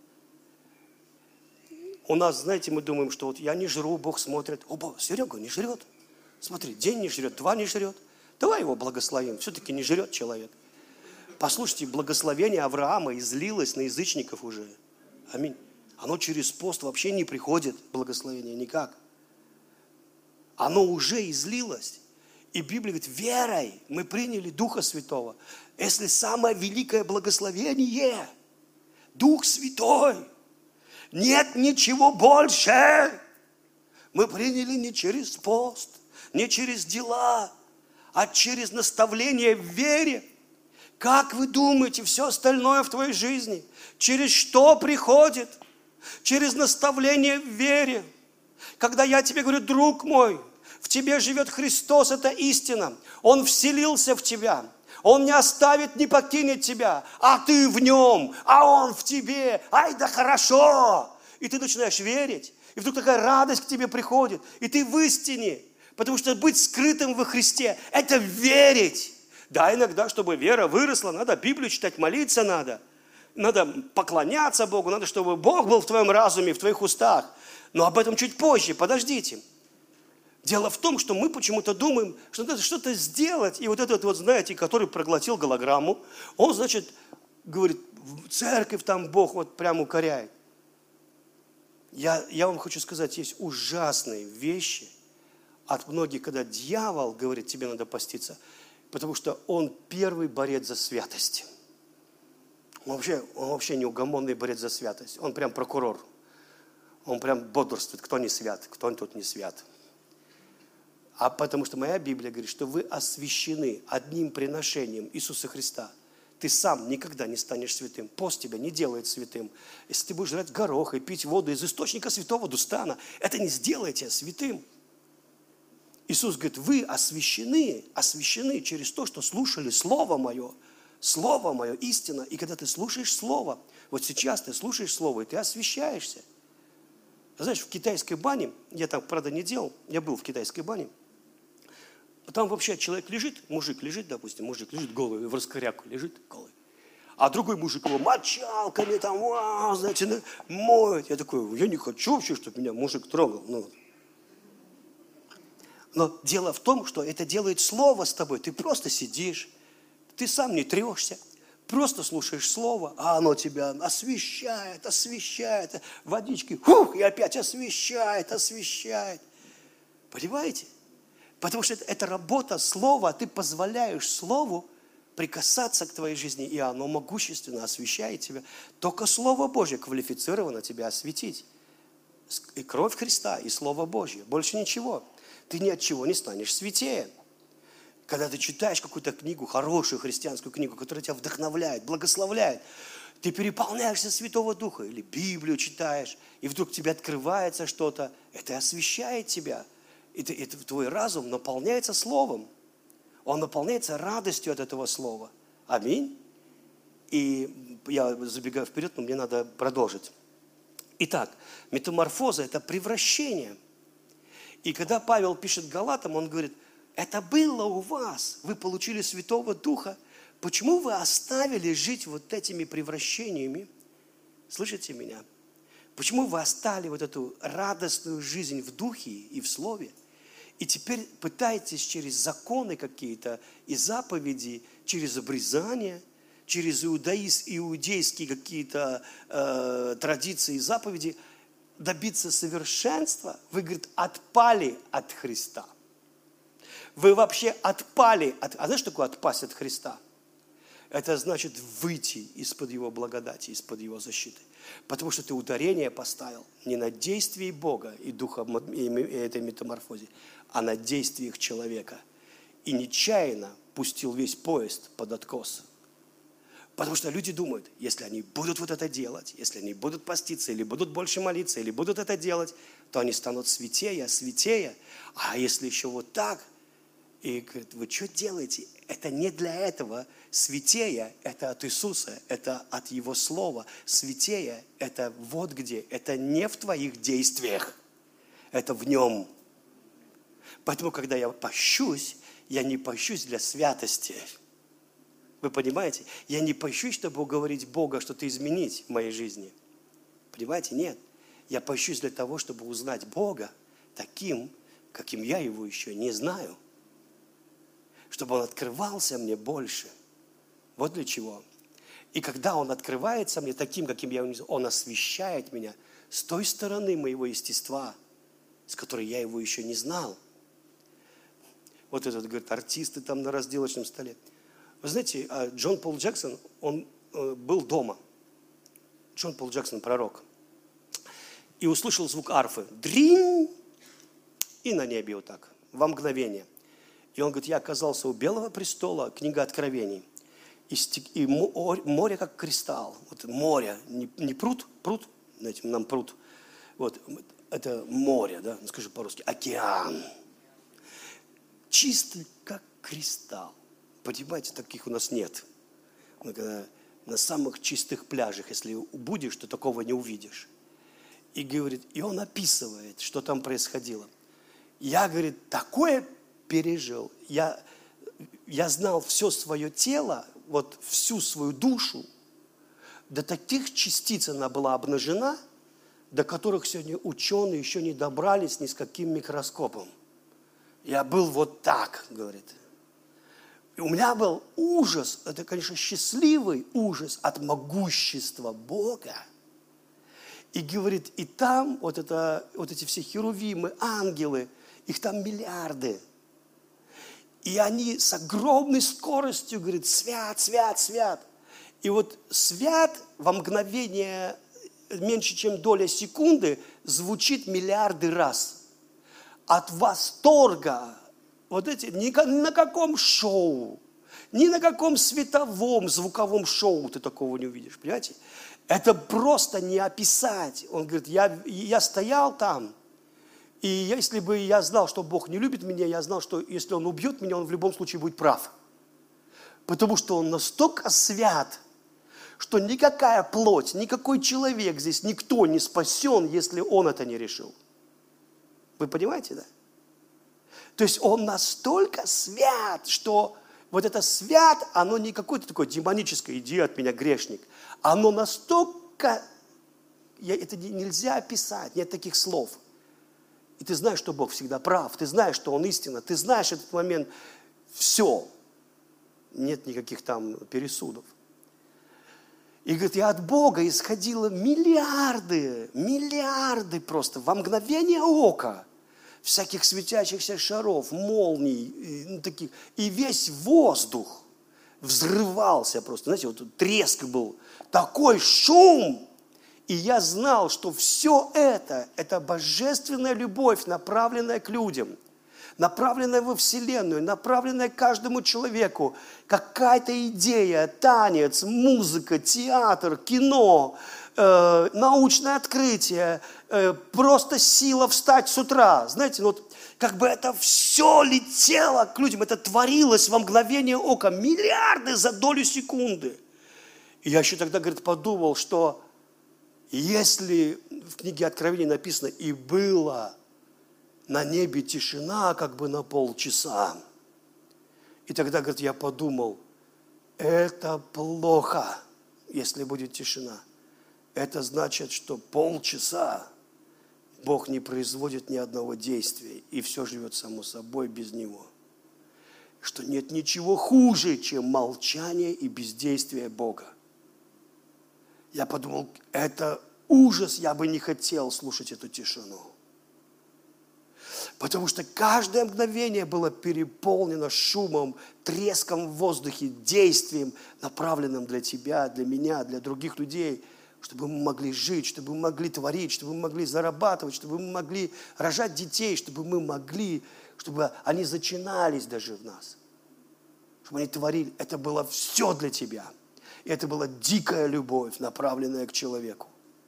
Speaker 1: У нас, знаете, мы думаем, что вот я не жру, Бог смотрит. Серега не жрет. Смотри, день не жрет, 2 не жрет. Давай его благословим. Все-таки не жрет человек. Послушайте, благословение Авраама излилось на язычников уже. Аминь. Оно через пост вообще не приходит, благословение, никак. Оно уже излилось. И Библия говорит, верой мы приняли Духа Святого. Если самое великое благословение, Дух Святой, нет ничего больше. Мы приняли не через пост, не через дела, а через наставление в вере. Как вы думаете, все остальное в твоей жизни, через что приходит? Через наставление в вере. Когда я тебе говорю, друг мой, в тебе живет Христос, это истина. Он вселился в тебя. Он не оставит, не покинет тебя. А ты в нем, а он в тебе. Ай, да хорошо. И ты начинаешь верить. И вдруг такая радость к тебе приходит. И ты в истине. Потому что быть скрытым во Христе – это верить. Да, иногда, чтобы вера выросла, надо Библию читать, молиться надо. Надо поклоняться Богу, надо, чтобы Бог был в твоем разуме, в твоих устах. Но об этом чуть позже, подождите. Дело в том, что мы почему-то думаем, что надо что-то сделать. И вот этот вот, знаете, который проглотил голограмму, он, значит, говорит, в церковь там Бог вот прям укоряет. Я вам хочу сказать, есть ужасные вещи от многих, когда дьявол говорит, тебе надо поститься. Потому что он первый борец за святость. Он вообще неугомонный борец за святость. Он прям прокурор. Он прям бодрствует, кто не свят, кто тут не свят. А потому что моя Библия говорит, что вы освящены одним приношением Иисуса Христа. Ты сам никогда не станешь святым. Пост тебя не делает святым. Если ты будешь жрать горох и пить воду из источника святого Дустана, это не сделает тебя святым. Иисус говорит, вы освящены через то, что слушали Слово Мое, истина. И когда ты слушаешь Слово, вот сейчас ты слушаешь Слово, и ты освящаешься. Знаешь, в китайской бане, я там, правда, не делал, я был в китайской бане, там вообще человек лежит, мужик лежит голый, в раскоряку лежит голый. А другой мужик его мочалками там, знаете, моет. Я такой, я не хочу вообще, чтобы меня мужик трогал. Но дело в том, что это делает Слово с тобой. Ты просто сидишь, ты сам не трешься, просто слушаешь Слово, а оно тебя освещает. Водички, и опять освещает. Понимаете? Потому что это работа Слова, ты позволяешь Слову прикасаться к твоей жизни, и оно могущественно освещает тебя. Только Слово Божье квалифицировано тебя осветить. И кровь Христа, и Слово Божье. Больше ничего. Ты ни от чего не станешь святее. Когда ты читаешь какую-то книгу, хорошую христианскую книгу, которая тебя вдохновляет, благословляет, ты переполняешься Святого Духа, или Библию читаешь, и вдруг тебе открывается что-то, это освещает тебя. И твой разум наполняется Словом. Он наполняется радостью от этого Слова. Аминь. И я забегаю вперед, но мне надо продолжить. Итак, метаморфоза – это превращение. И когда Павел пишет Галатам, он говорит, это было у вас, вы получили Святого Духа. Почему вы оставили жить вот этими превращениями? Слышите меня? Почему вы оставили вот эту радостную жизнь в Духе и в Слове? И теперь пытаетесь через законы какие-то и заповеди, через обрезание, через иудейские какие-то традиции и заповеди добиться совершенства. Вы, говорит, отпали от Христа. Вы вообще отпали от... А знаешь, что такое отпасть от Христа? Это значит выйти из-под Его благодати, из-под Его защиты. Потому что ты ударение поставил не на действии Бога и духа и этой метаморфозе, а на действиях человека. И нечаянно пустил весь поезд под откос. Потому что люди думают, если они будут вот это делать, если они будут поститься, или будут больше молиться, или будут это делать, то они станут святее. А если еще вот так, и говорит, вы что делаете? Это не для этого. Святее – это от Иисуса, это от Его Слова. Святее – это вот где. Это не в твоих действиях, это в Нем. Поэтому, когда я пощусь, я не пощусь для святости. Вы понимаете? Я не пощусь, чтобы уговорить Бога что-то изменить в моей жизни. Понимаете? Нет. Я пощусь для того, чтобы узнать Бога таким, каким я Его еще не знаю. Чтобы Он открывался мне больше. Вот для чего. И когда Он открывается мне таким, каким я Его не знаю, Он освещает меня с той стороны моего естества, с которой я Его еще не знал. Вот этот, говорит, артисты там на разделочном столе. Вы знаете, Джон Пол Джексон, он был дома. Джон Пол Джексон, пророк. И услышал звук арфы. Дринь! И на небе вот так, во мгновение. И он говорит, я оказался у Белого престола, книга Откровений. И море как кристалл. Вот море, не пруд, знаете, нам пруд. Вот, это море, да, скажи по-русски, океан. Чистый как кристалл. Понимаете, таких у нас нет. Мы когда на самых чистых пляжах, если будешь, то такого не увидишь. И говорит, и он описывает, что там происходило. Я, говорит, такое пережил. Я знал все свое тело, вот всю свою душу. До таких частиц она была обнажена, до которых сегодня ученые еще не добрались ни с каким микроскопом. Я был вот так, говорит. И у меня был ужас, это, конечно, счастливый ужас от могущества Бога. И говорит, и там вот эти все херувимы, ангелы, их там миллиарды. И они с огромной скоростью говорят: свят, свят, свят. И вот свят во мгновение, меньше чем доля секунды, звучит миллиарды раз. От восторга, вот эти, ни на каком шоу, ни на каком световом, звуковом шоу ты такого не увидишь, понимаете? Это просто не описать. Он говорит: я стоял там, и если бы я знал, что Бог не любит меня, я знал, что если Он убьет меня, Он в любом случае будет прав. Потому что Он настолько свят, что никакая плоть, никакой человек здесь, никто не спасен, если Он это не решил. Вы понимаете, да? То есть Он настолько свят, что вот это свят, оно не какое-то такое демоническое: иди от меня, грешник. Оно настолько, это нельзя описать, нет таких слов. И ты знаешь, что Бог всегда прав, ты знаешь, что Он истина, ты знаешь этот момент, все, нет никаких там пересудов. И говорит, я от Бога исходило миллиарды просто, во мгновение ока, всяких светящихся шаров, молний, таких, и весь воздух взрывался просто, знаете, вот треск был, такой шум. И я знал, что все это божественная любовь, направленная к людям, направленная во Вселенную, направленная к каждому человеку. Какая-то идея, танец, музыка, театр, кино, научное открытие, просто сила встать с утра. Знаете, вот как бы это все летело к людям, это творилось во мгновение ока, миллиарды за долю секунды. И я еще тогда, говорит, подумал, что если в книге Откровения написано: и была на небе тишина как бы на полчаса. И тогда, говорит, я подумал, это плохо, если будет тишина. Это значит, что полчаса Бог не производит ни одного действия, и все живет само собой без Него. Что нет ничего хуже, чем молчание и бездействие Бога. Я подумал, это ужас, я бы не хотел слушать эту тишину. Потому что каждое мгновение было переполнено шумом, треском в воздухе, действием, направленным для тебя, для меня, для других людей, чтобы мы могли жить, чтобы мы могли творить, чтобы мы могли зарабатывать, чтобы мы могли рожать детей, чтобы мы могли, чтобы они зачинались даже в нас, чтобы они творили. Это было все для тебя. И это была дикая любовь, направленная к человеку.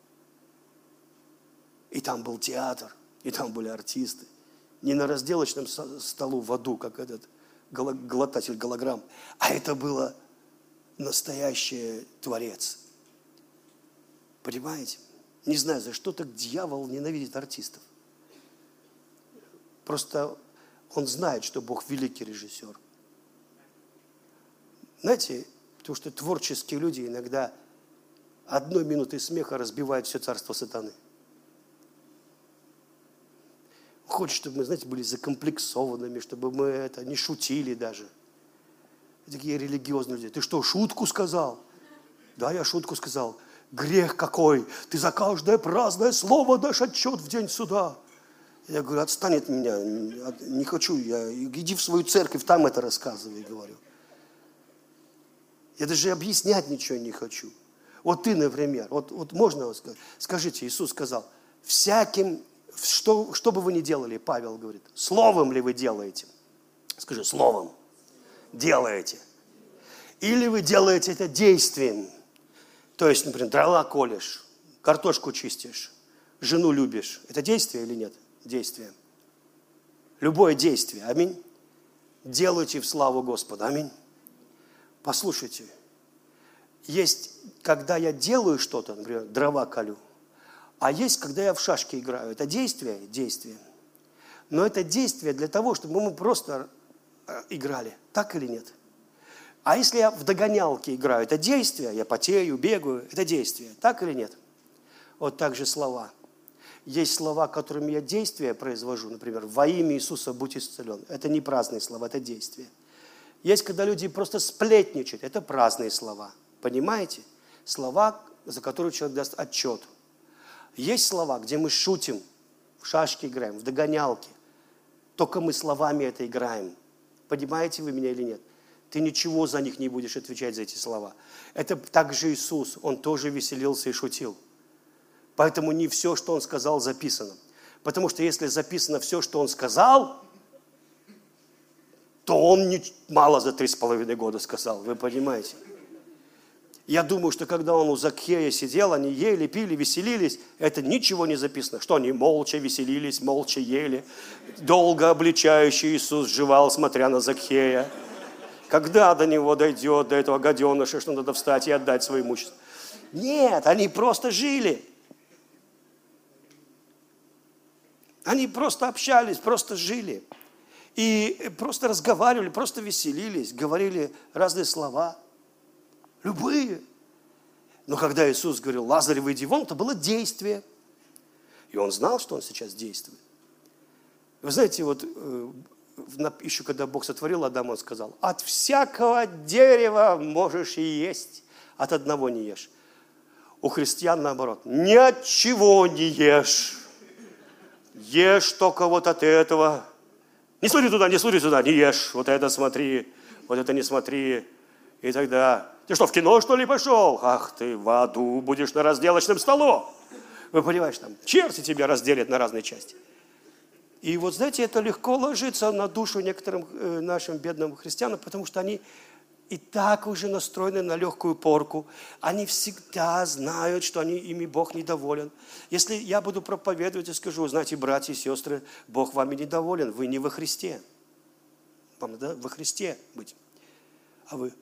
Speaker 1: И там был театр, и там были артисты. Не на разделочном столу в аду, как этот глотатель голограмм, а это было настоящий творец. Понимаете? Не знаю, за что так дьявол ненавидит артистов. Просто он знает, что Бог великий режиссер. Знаете, потому что творческие люди иногда одной минутой смеха разбивают все царство сатаны. Хочет, чтобы мы, знаете, были закомплексованными, чтобы мы это не шутили даже. Такие религиозные люди. Ты что, шутку сказал? Да, я шутку сказал. Грех какой! Ты за каждое праздное слово дашь отчет в день суда. Я говорю, отстань от меня, не хочу. Иди в свою церковь, там это рассказывай, говорю. Я даже объяснять ничего не хочу. Вот ты, например, вот можно сказать? Скажите, Иисус сказал, всяким, что бы вы ни делали, Павел говорит, словом ли вы делаете? Скажи, словом делаете. Или вы делаете это действием. То есть, например, дрова колешь, картошку чистишь, жену любишь. Это действие или нет? Действие. Любое действие. Аминь. Делайте в славу Господа. Аминь. Послушайте, есть, когда я делаю что-то, например, дрова колю, а есть, когда я в шашки играю. Это действие? Действие. Но это действие для того, чтобы мы просто играли. Так или нет? А если я в догонялке играю, это действие, я потею, бегаю, это действие. Так или нет? Вот так же слова. Есть слова, которыми я действия произвожу, например, во имя Иисуса будь исцелен. Это не праздные слова, это действие. Есть, когда люди просто сплетничают, это праздные слова. Понимаете? Слова, за которые человек даст отчет. Есть слова, где мы шутим, в шашки играем, в догонялки. Только мы словами это играем. Понимаете вы меня или нет? Ты ничего за них не будешь отвечать, за эти слова. Это также Иисус, Он тоже веселился и шутил. Поэтому не все, что Он сказал, записано. Потому что если записано все, что Он сказал, то Он мало за 3,5 года сказал, вы понимаете? Я думаю, что когда Он у Закхея сидел, они ели, пили, веселились, это ничего не записано. Что они молча веселились, молча ели. Долго обличающий Иисус жевал, смотря на Закхея. Когда до него дойдет, до этого гаденыша, что надо встать и отдать свое имущество? Нет, они просто жили. Они просто общались, просто жили. И просто разговаривали, просто веселились, говорили разные слова. Любые. Но когда Иисус говорил: Лазарь, выйди вон, это было действие. И Он знал, что Он сейчас действует. Вы знаете, вот еще когда Бог сотворил Адама, Он сказал: от всякого дерева можешь и есть, от одного не ешь. У христиан наоборот: ни от чего не ешь. Ешь только вот от этого. Не смотри туда, не ешь. Вот это смотри, вот это не смотри. И тогда: ты что, в кино, что ли, пошел? Ах ты, в аду будешь на разделочном столу. Вы понимаете, там черти тебя разделят на разные части. И вот, знаете, это легко ложится на душу некоторым нашим бедным христианам, потому что они и так уже настроены на легкую порку. Они всегда знают, что ими Бог недоволен. Если я буду проповедовать и скажу: знаете, братья и сестры, Бог вами недоволен, вы не во Христе. Вам надо во Христе быть. А вы?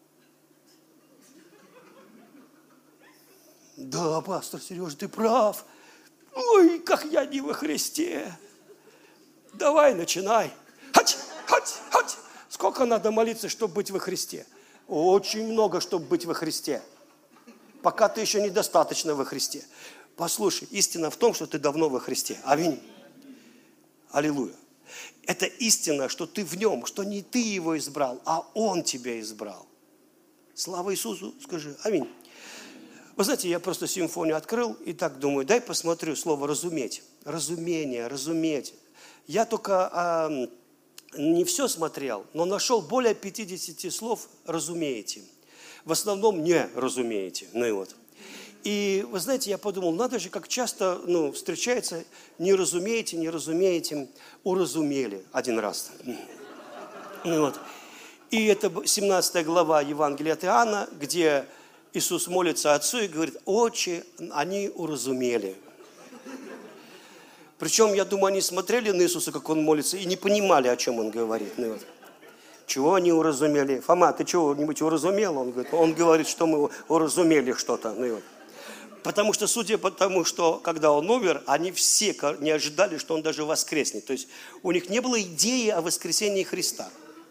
Speaker 1: Да, пастор Сережа, ты прав. Ой, как я не во Христе. Давай, начинай. Хать, хать, хать. Сколько надо молиться, чтобы быть во Христе? Очень много, чтобы быть во Христе. Пока ты еще недостаточно во Христе. Послушай, истина в том, что ты давно во Христе. Аминь. Аллилуйя. Это истина, что ты в Нем, что не ты Его избрал, а Он тебя избрал. Слава Иисусу, скажи аминь. Вы знаете, я просто симфонию открыл и так думаю: дай посмотрю слово «разуметь». Разумение, разуметь. Я только не все смотрел, но нашел более 50 слов «разумеете». В основном «не разумеете». Ну и вот. И вы знаете, я подумал, надо же, как часто встречается «не разумеете, не разумеете», «уразумели» один раз. Ну вот. И это 17 глава Евангелия от Иоанна, где Иисус молится Отцу и говорит: «Отче, они уразумели». Причем, я думаю, они смотрели на Иисуса, как Он молится, и не понимали, о чем Он говорит. Ну, вот. Чего они уразумели? Фома, ты чего-нибудь уразумел? Он говорит, что мы уразумели что-то. Ну, вот. Потому что, судя по тому, что когда Он умер, они все не ожидали, что Он даже воскреснет. То есть у них не было идеи о воскресении Христа.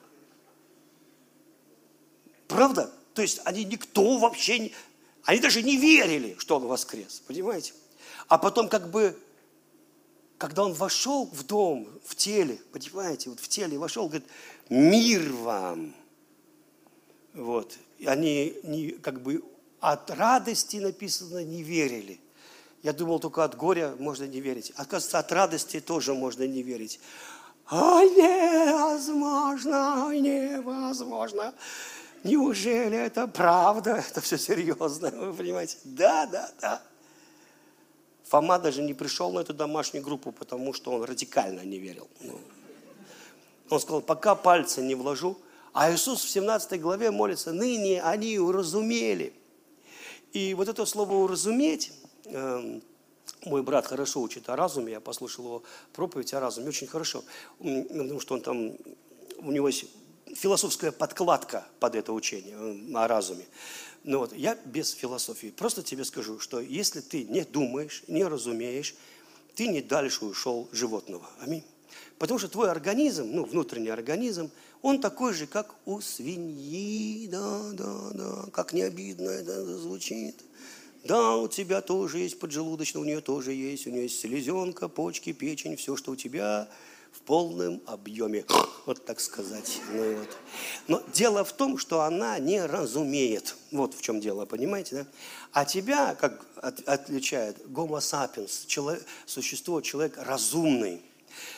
Speaker 1: Правда? То есть никто вообще, они даже не верили, что Он воскрес. Понимаете? А потом когда Он вошел в дом, в теле, понимаете, вот в теле вошел, говорит: мир вам. Вот. И они от радости, написано, не верили. Я думал, только от горя можно не верить. Оказывается, от радости тоже можно не верить. Невозможно, невозможно. Неужели это правда? Это все серьезно, вы понимаете? Да. Фома даже не пришел на эту домашнюю группу, потому что он радикально не верил. Он сказал: пока пальца не вложу. А Иисус в 17 главе молится: ныне они уразумели. И вот это слово «уразуметь», мой брат хорошо учит о разуме, я послушал его проповедь о разуме, очень хорошо, потому что у него есть философская подкладка под это учение о разуме. Но вот я без философии. Просто тебе скажу, что если ты не думаешь, не разумеешь, ты не дальше ушел животного. Аминь. Потому что твой организм, внутренний организм, он такой же, как у свиньи. Да. Как не обидно это звучит. Да, у тебя тоже есть поджелудочная, у нее тоже есть. У нее есть селезенка, почки, печень, все, что у тебя в полном объеме. Вот так сказать. Но дело в том, что она не разумеет. Вот в чем дело, понимаете, да? А тебя, как отличает Homo sapiens, существо, человек разумный.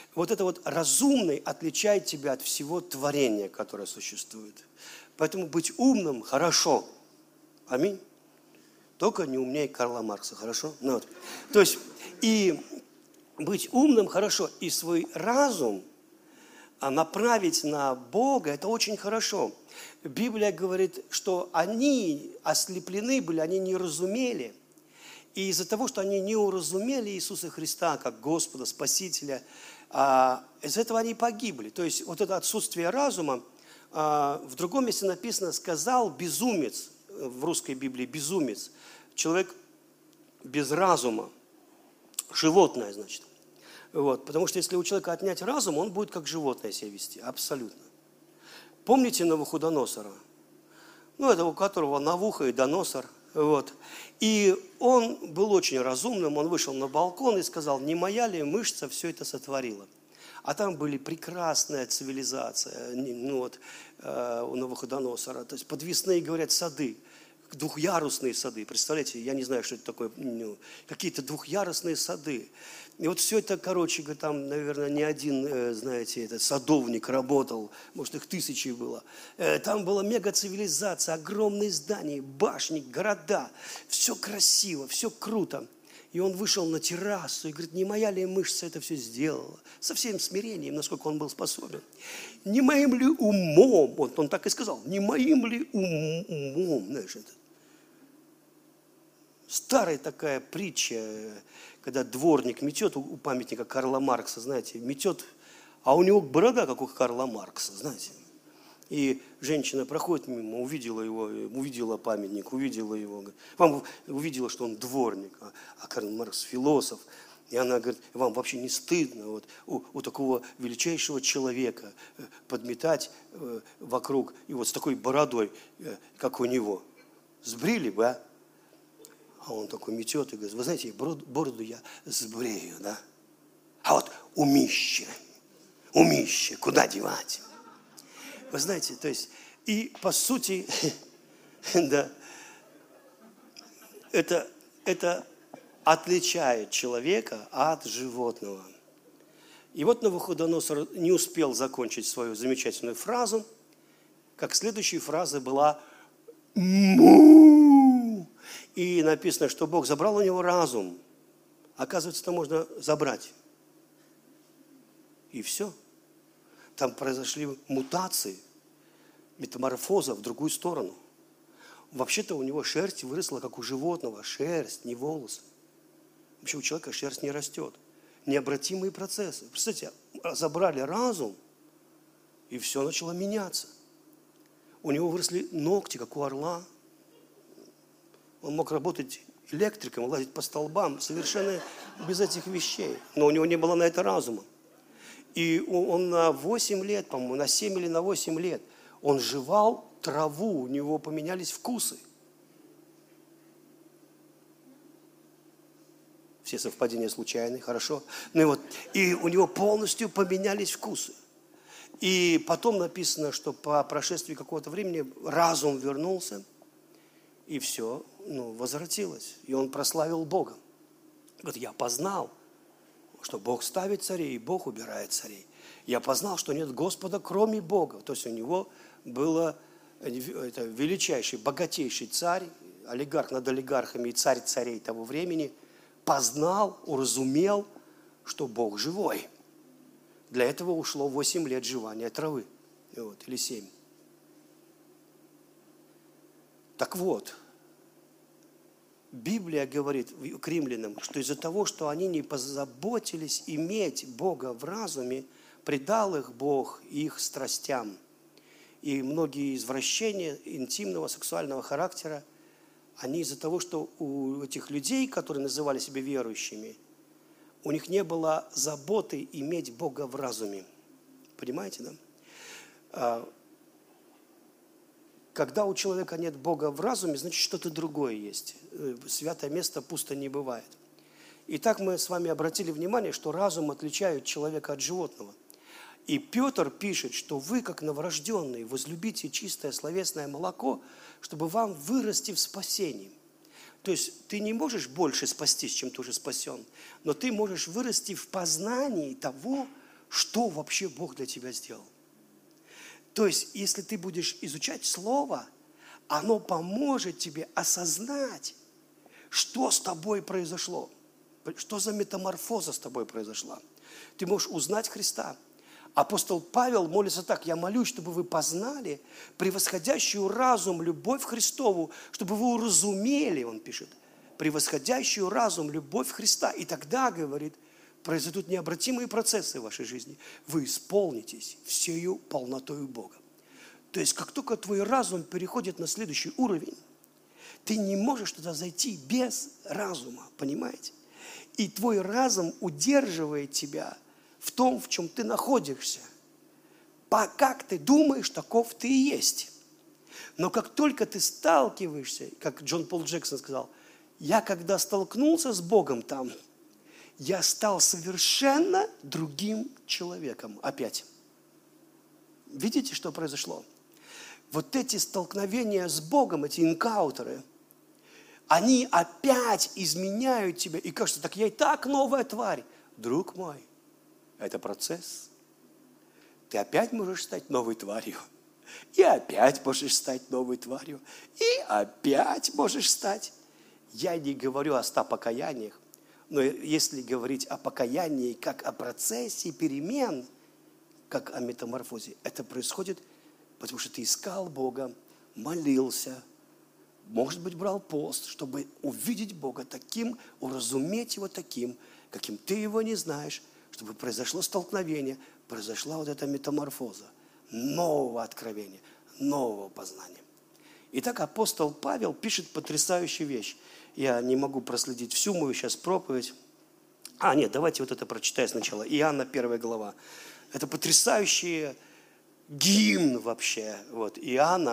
Speaker 1: Вот это вот разумный отличает тебя от всего творения, которое существует. Поэтому быть умным хорошо. Аминь. Только не умнее Карла Маркса, хорошо? Ну, вот. То есть, и быть умным хорошо, и свой разум направить на Бога, это очень хорошо. Библия говорит, что они ослеплены были, они не разумели. И из-за того, что они не уразумели Иисуса Христа как Господа, Спасителя, из-за этого они погибли. То есть вот это отсутствие разума, в другом месте написано, сказал безумец, в русской Библии безумец, человек без разума, животное, значит. Вот, потому что если у человека отнять разум, он будет как животное себя вести, абсолютно. Помните Навуходоносора? Ну, это у которого Навуха и Доносор. Вот. И он был очень разумным, он вышел на балкон и сказал, не моя ли мышца все это сотворила? А там были прекрасная цивилизация, ну вот, у Навуходоносора, то есть подвесные, говорят, сады, двухъярусные сады, представляете, я не знаю, что это такое, ну, какие-то двухъярусные сады. И вот все это, короче, там, наверное, не один, знаете, этот садовник работал, может, их тысячи было. Там была мега-цивилизация, огромные здания, башни, города, все красиво, все круто. И он вышел на террасу и говорит, не моя ли мышца это все сделала? Со всем смирением, насколько он был способен. Не моим ли умом, вот он так и сказал, не моим ли умом, знаешь, это. Старая такая притча, когда дворник метет у памятника Карла Маркса, знаете, метет, а у него борода, как у Карла Маркса, знаете. И женщина проходит мимо, увидела его, увидела памятник, увидела его, вам увидела, что он дворник, а Карл Маркс философ. И она говорит, вам вообще не стыдно вот, у такого величайшего человека подметать вокруг, и вот с такой бородой, как у него. Сбрили бы, а? А он такой метет и говорит, вы знаете, бороду я сбрею, да? А вот умище, куда девать? Вы знаете, то есть, и по сути, да, это отличает человека от животного. И вот Навуходоносор не успел закончить свою замечательную фразу, как следующая фраза была «му». И написано, что Бог забрал у него разум. Оказывается, это можно забрать. И все. Там произошли мутации, метаморфоза в другую сторону. Вообще-то у него шерсть выросла, как у животного. Шерсть, не волосы. Вообще у человека шерсть не растет. Необратимые процессы. Представляете, забрали разум, и все начало меняться. У него выросли ногти, как у орла. Он мог работать электриком, лазить по столбам, совершенно без этих вещей. Но у него не было на это разума. И он на 8 лет, по-моему, на 7 или на 8 лет, он жевал траву, у него поменялись вкусы. Все совпадения случайные, хорошо? Ну и вот, и у него полностью поменялись вкусы. И потом написано, что по прошествии какого-то времени разум вернулся, и все, возвратилось. И он прославил Бога. Говорит, я познал, что Бог ставит царей, и Бог убирает царей. Я познал, что нет Господа, кроме Бога. То есть у него был величайший, богатейший царь, олигарх над олигархами и царь царей того времени, познал, уразумел, что Бог живой. Для этого ушло 8 лет жевания травы. Вот, или 7. Так вот, Библия говорит к римлянам, что из-за того, что они не позаботились иметь Бога в разуме, предал их Бог их страстям. И многие извращения интимного, сексуального характера, они из-за того, что у этих людей, которые называли себя верующими, у них не было заботы иметь Бога в разуме. Понимаете, да? Когда у человека нет Бога в разуме, значит, что-то другое есть. Святое место пусто не бывает. Итак, мы с вами обратили внимание, что разум отличает человека от животного. И Петр пишет, что вы, как новорожденные, возлюбите чистое словесное молоко, чтобы вам вырасти в спасении. То есть ты не можешь больше спастись, чем ты уже спасен, но ты можешь вырасти в познании того, что вообще Бог для тебя сделал. То есть, если ты будешь изучать Слово, оно поможет тебе осознать, что с тобой произошло, что за метаморфоза с тобой произошла. Ты можешь узнать Христа. Апостол Павел молится так: я молюсь, чтобы вы познали превосходящую разум любовь Христову, чтобы вы уразумели, он пишет, превосходящую разум любовь Христа. И тогда, говорит, произойдут необратимые процессы в вашей жизни. Вы исполнитесь всею полнотою Бога. То есть, как только твой разум переходит на следующий уровень, ты не можешь туда зайти без разума, понимаете? И твой разум удерживает тебя в том, в чем ты находишься. Как ты думаешь, таков ты и есть. Но как только ты сталкиваешься, как Джон Пол Джексон сказал, я когда столкнулся с Богом там, я стал совершенно другим человеком. Опять. Видите, что произошло? Вот эти столкновения с Богом, эти энкаунтеры, они опять изменяют тебя. И кажется, так я и так новая тварь. Друг мой, это процесс. Ты опять можешь стать новой тварью. И опять можешь стать новой тварью. И опять можешь стать. Я не говорю о 100 покаяниях. Но если говорить о покаянии как о процессе перемен, как о метаморфозе, это происходит, потому что ты искал Бога, молился, может быть, брал пост, чтобы увидеть Бога таким, уразуметь Его таким, каким ты Его не знаешь, чтобы произошло столкновение, произошла вот эта метаморфоза, нового откровения, нового познания. Итак, апостол Павел пишет потрясающую вещь. Я не могу проследить всю мою сейчас проповедь. Нет, давайте вот это прочитаю сначала. Иоанна 1 глава. Это потрясающий гимн вообще. Вот, Иоанна,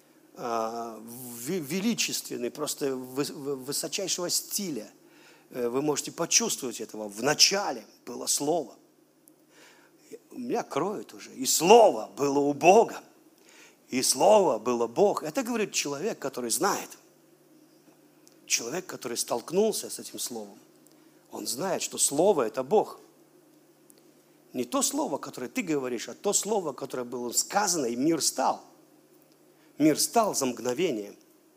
Speaker 1: величественный, просто высочайшего стиля. Вы можете почувствовать этого. В начале было Слово. У меня кроет уже. И Слово было у Бога. И Слово было Бог. Это говорит человек, который знает. Человек, который столкнулся с этим Словом. Он знает, что Слово – это Бог. Не то Слово, которое ты говоришь, а то Слово, которое было сказано, и мир стал. Мир стал за мгновение.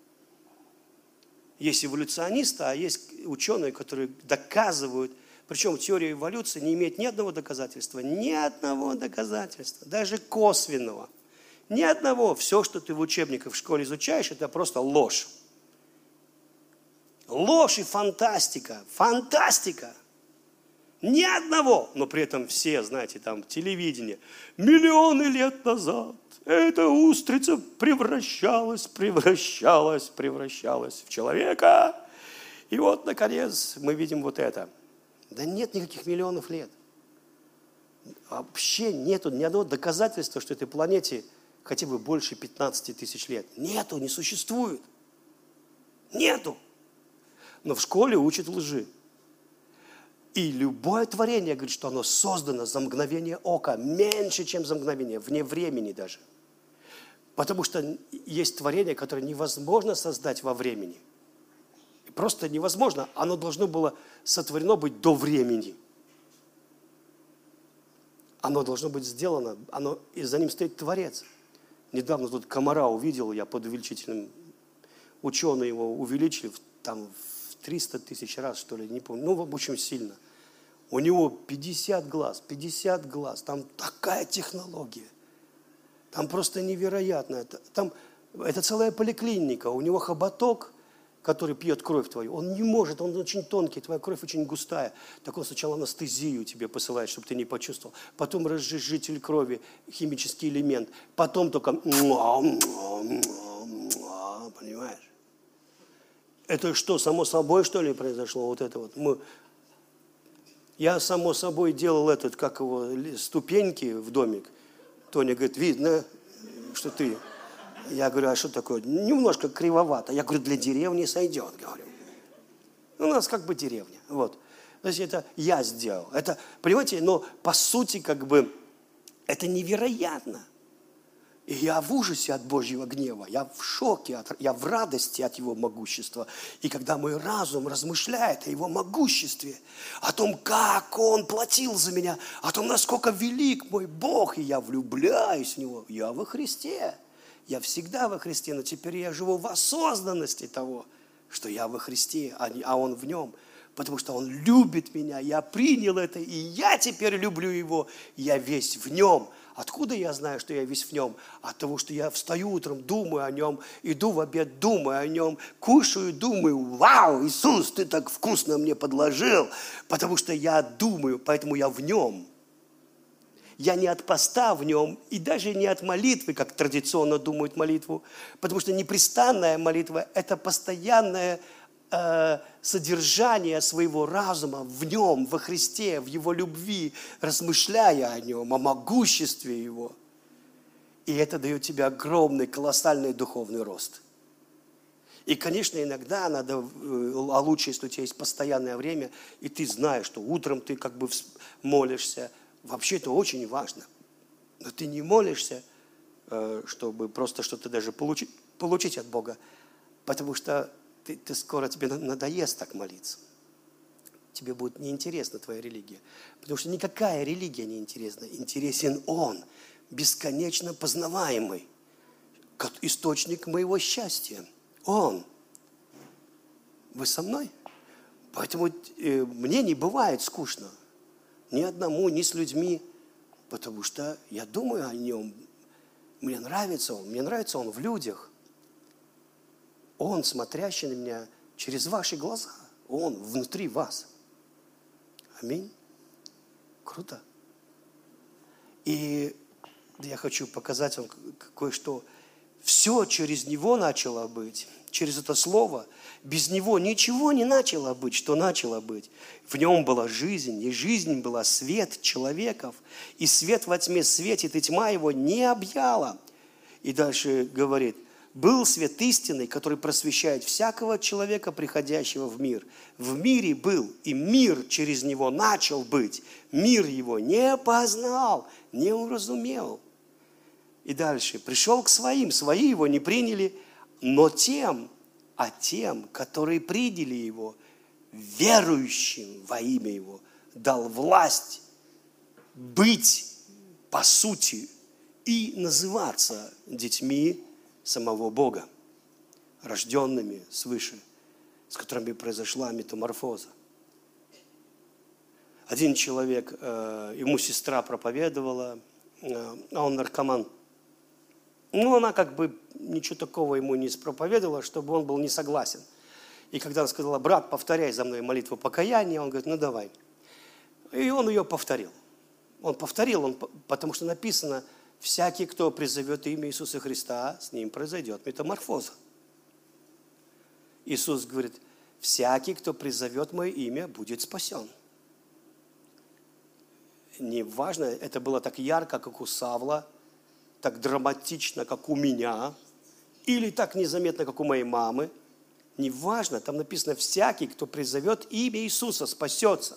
Speaker 1: Есть эволюционисты, а есть ученые, которые доказывают, причем теория эволюции не имеет ни одного доказательства, даже косвенного, ни одного. Все, что ты в учебниках в школе изучаешь, это просто ложь. Ложь и фантастика. Фантастика. Ни одного. Но при этом все, знаете, там телевидение. Миллионы лет назад эта устрица превращалась в человека. И вот, наконец, мы видим вот это. Да нет никаких миллионов лет. Вообще нету ни одного доказательства, что этой планете хотя бы больше 15 тысяч лет. Нету, не существует. Нету. Но в школе учат лжи. И любое творение говорит, что оно создано за мгновение ока, меньше, чем за мгновение, вне времени даже. Потому что есть творение, которое невозможно создать во времени. Просто невозможно. Оно должно было сотворено быть до времени. Оно должно быть сделано, и за ним стоит Творец. Недавно тут комара увидел, я под увеличительным, ученые его увеличили там в 300 тысяч раз, что ли, не помню. В общем, сильно. У него 50 глаз. Там такая технология. Там просто невероятно. Это целая поликлиника. У него хоботок, который пьет кровь твою. Он не может, он очень тонкий, твоя кровь очень густая. Так он сначала анестезию тебе посылает, чтобы ты не почувствовал. Потом разжижитель крови, химический элемент. Потом только... Понимаешь? Это что, само собой, что ли, произошло? Вот это вот. Я, само собой, делал ступеньки в домик. Тоня говорит, видно, что ты... Я говорю, а что такое? Немножко кривовато. Я говорю, для деревни сойдет, говорю. У нас как бы деревня. Вот. То есть это я сделал. Это, понимаете, но по сути это невероятно. И я в ужасе от Божьего гнева, я в шоке, я в радости от Его могущества. И когда мой разум размышляет о Его могуществе, о том, как Он платил за меня, о том, насколько велик мой Бог, и я влюбляюсь в Него, я во Христе. Я всегда во Христе, но теперь я живу в осознанности того, что я во Христе, а Он в Нем. Потому что Он любит меня, я принял это, и я теперь люблю Его, я весь в Нем. Откуда я знаю, что я весь в Нем? От того, что я встаю утром, думаю о Нем, иду в обед, думаю о Нем, кушаю, думаю, вау, Иисус, Ты так вкусно мне подложил, потому что я думаю, поэтому я в Нем. Я не от поста в Нем, и даже не от молитвы, как традиционно думают молитву, потому что непрестанная молитва – это постоянное содержание своего разума в Нем, во Христе, в Его любви, размышляя о Нем, о могуществе Его. И это дает тебе огромный, колоссальный духовный рост. И, конечно, иногда надо, а лучше, если у тебя есть постоянное время, и ты знаешь, что утром ты как бы молишься. Вообще это очень важно. Но ты не молишься, чтобы просто что-то даже получить от Бога, потому что ты скоро, тебе надоест так молиться. Тебе будет неинтересна твоя религия. Потому что никакая религия не интересна. Интересен Он, бесконечно познаваемый, как источник моего счастья. Он. Вы со мной? Поэтому мне не бывает скучно. Ни одному, ни с людьми. Потому что я думаю о Нем. Мне нравится Он в людях. Он, смотрящий на меня через ваши глаза. Он внутри вас. Аминь. Круто. И я хочу показать вам кое-что. Все через Него начало быть. Через это слово. Без Него ничего не начало быть, что начало быть. В Нем была жизнь, и жизнь была свет человеков. И свет во тьме светит, и тьма его не объяла. И дальше говорит: был свет истинный, который просвещает всякого человека, приходящего в мир. В мире был, и мир через него начал быть. Мир его не познал, не уразумел. И дальше: пришел к своим, свои его не приняли, но тем, которые приняли его, верующим во имя его, дал власть быть по сути и называться детьми самого Бога, рожденными свыше, с которыми произошла метаморфоза. Один человек, ему сестра проповедовала, а он наркоман. Ну, она как бы ничего такого ему не проповедовала, чтобы он был не согласен. И когда она сказала: брат, повторяй за мной молитву покаяния, он говорит: ну давай. И он ее повторил. Он повторил, потому что написано: всякий, кто призовет имя Иисуса Христа, с ним произойдет метаморфоза. Иисус говорит: всякий, кто призовет мое имя, будет спасен. Неважно, это было так ярко, как у Савла, так драматично, как у меня, или так незаметно, как у моей мамы. Неважно, там написано: всякий, кто призовет имя Иисуса, спасется.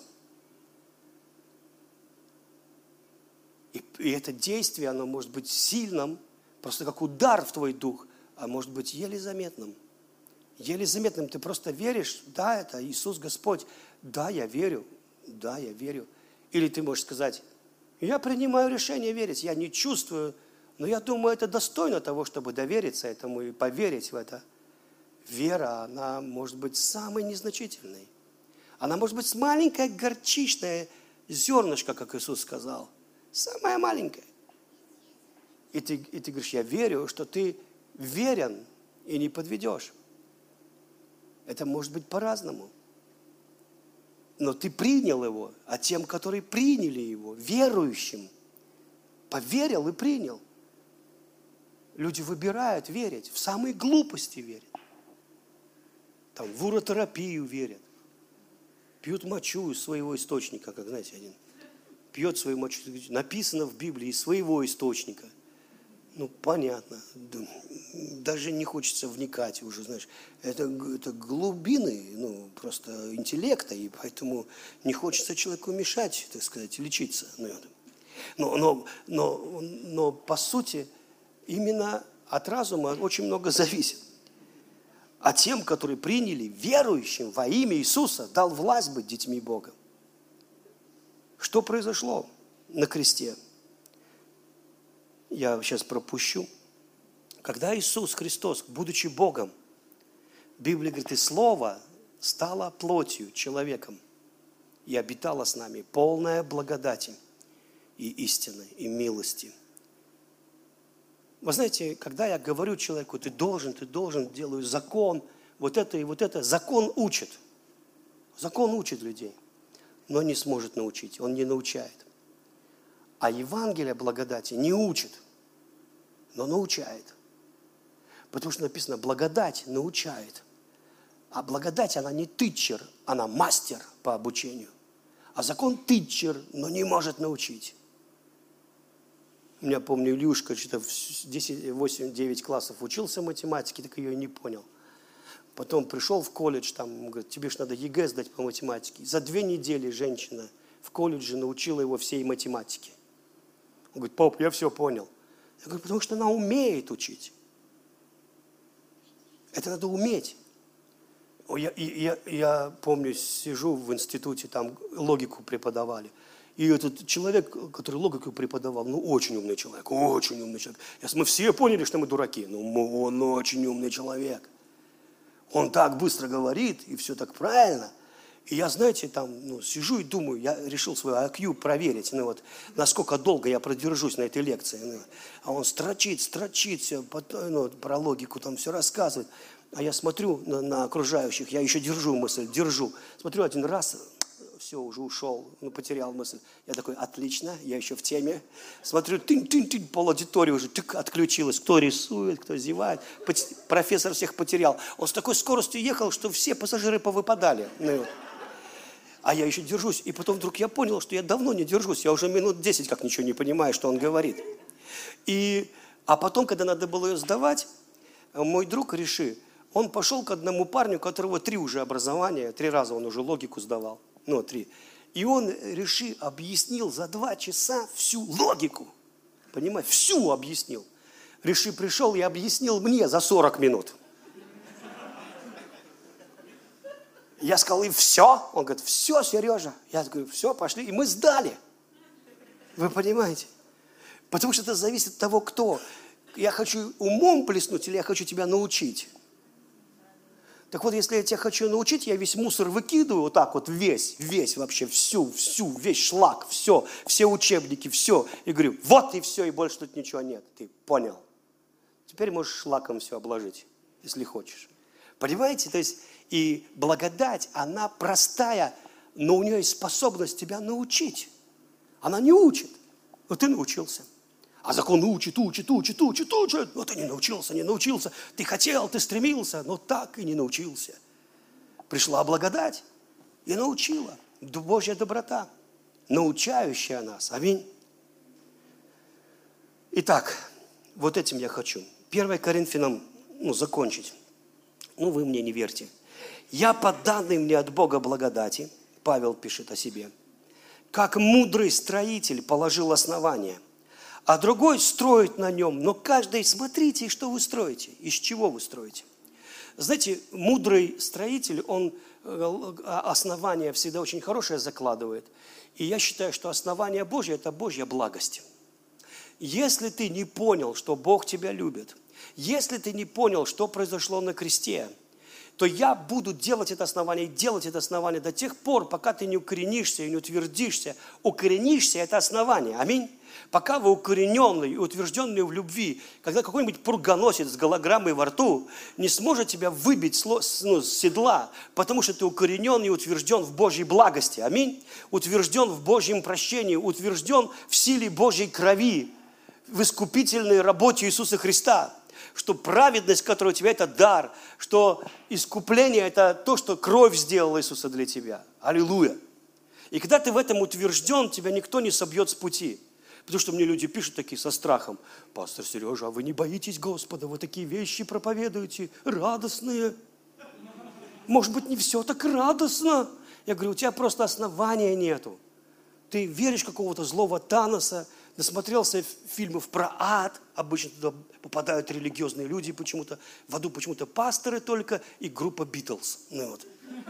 Speaker 1: И это действие, оно может быть сильным, просто как удар в твой дух, а может быть еле заметным. Еле заметным. Ты просто веришь: да, это Иисус Господь. Да, я верю. Да, я верю. Или ты можешь сказать: я принимаю решение верить, я не чувствую, но я думаю, это достойно того, чтобы довериться этому и поверить в это. Вера, она может быть самой незначительной. Она может быть маленькое горчичное зернышко, как Иисус сказал. Самое маленькое. И ты говоришь: я верю, что ты верен и не подведешь. Это может быть по-разному. Но ты принял его, а тем, которые приняли его, верующим, поверил и принял. Люди выбирают верить, в самые глупости верят. Там в уротерапию верят. Пьют мочу из своего источника, как, знаете, один. Пьет свою мочу. Написано в Библии из своего источника. Ну, понятно. Даже не хочется вникать уже, знаешь. Это глубины, ну, просто интеллекта, и поэтому не хочется человеку мешать, так сказать, лечиться. Но по сути, именно от разума очень много зависит. А тем, которые приняли, верующим во имя Иисуса, дал власть быть детьми Бога. Что произошло на кресте? Я сейчас пропущу. Когда Иисус Христос, будучи Богом, Библия говорит, и Слово стало плотью, человеком, и обитало с нами, полная благодати и истины, и милости. Вы знаете, когда я говорю человеку, ты должен, делаю закон, вот это и вот это, закон учит. Закон учит людей, но не сможет научить, он не научает. А Евангелие благодати не учит, но научает. Потому что написано, благодать научает. А благодать, она не тычер, она мастер по обучению. А закон тычер, но не может научить. У меня, помню, Илюшка что-то в 8-9 классов учился математике, так ее и не понял. Потом пришел в колледж, там, говорит, тебе же надо ЕГЭ сдать по математике. За 2 недели женщина в колледже научила его всей математике. Он говорит, пап, я все понял. Я говорю, потому что она умеет учить. Это надо уметь. Я помню, сижу в институте, там логику преподавали. И этот человек, который логику преподавал, очень умный человек, очень умный человек. Мы все поняли, что мы дураки, но он очень умный человек. Он так быстро говорит, и все так правильно. И я, знаете, там сижу и думаю, я решил свой IQ проверить, насколько долго я продержусь на этой лекции. А он строчит, все, про логику там все рассказывает. А я смотрю на окружающих, я еще держу мысль, Смотрю один раз, все, уже ушел, потерял мысль. Я такой, отлично, я еще в теме. Смотрю, тынь-тынь-тынь, пол аудитории уже отключилась. Кто рисует, кто зевает. Профессор всех потерял. Он с такой скоростью ехал, что все пассажиры повыпадали. А я еще держусь. И потом вдруг я понял, что я давно не держусь. Я уже минут 10 как ничего не понимаю, что он говорит. А потом, когда надо было ее сдавать, мой друг Реши, он пошел к одному парню, у которого 3 уже образования, 3 раза он уже логику сдавал. 3. И он, Реши, объяснил за 2 часа всю логику. Понимаешь, всю объяснил. Реши пришел и объяснил мне за 40 минут. Я сказал, и все? Он говорит, все, Сережа. Я говорю, все, пошли. И мы сдали. Вы понимаете? Потому что это зависит от того, кто. Я хочу умом плеснуть или я хочу тебя научить. Так вот, если я тебя хочу научить, я весь мусор выкидываю, вот так вот весь вообще, весь шлак, все учебники, все. И говорю, вот и все, и больше тут ничего нет. Ты понял? Теперь можешь шлаком все обложить, если хочешь. Понимаете? То есть, и благодать, она простая, но у нее есть способность тебя научить. Она не учит, но ты научился. А закон учит. Но ты не научился. Ты хотел, ты стремился, но так и не научился. Пришла благодать и научила. Божья доброта, научающая нас. Аминь. Итак, вот этим я хочу. 1 Коринфянам, закончить. Вы мне не верьте. Я по данной мне от Бога благодати, Павел пишет о себе, как мудрый строитель положил основание, а другой строит на нем. Но каждый, смотрите, что вы строите, из чего вы строите. Знаете, мудрый строитель, он основание всегда очень хорошее закладывает. И я считаю, что основание Божье – это Божья благость. Если ты не понял, что Бог тебя любит, если ты не понял, что произошло на кресте, то я буду делать это основание до тех пор, пока ты не укоренишься и не утвердишься. Укоренишься – это основание. Аминь. Пока вы укорененный и утвержденный в любви, когда какой-нибудь пургоносец с голограммой во рту не сможет тебя выбить с седла, потому что ты укоренен и утвержден в Божьей благости. Аминь. Утвержден в Божьем прощении, утвержден в силе Божьей крови, в искупительной работе Иисуса Христа. Что праведность, которая у тебя, это дар, что искупление, это то, что кровь сделала Иисуса для тебя. Аллилуйя. И когда ты в этом утвержден, тебя никто не собьет с пути. Потому что мне люди пишут такие со страхом: пастор Сережа, а вы не боитесь Господа, вы такие вещи проповедуете, радостные. Может быть, не все так радостно. Я говорю, у тебя просто основания нету. Ты веришь в какого-то злого Таноса, насмотрелся фильмов про ад. Обычно туда попадают религиозные люди почему-то. В аду почему-то пасторы только и группа Битлз. Ну, вот.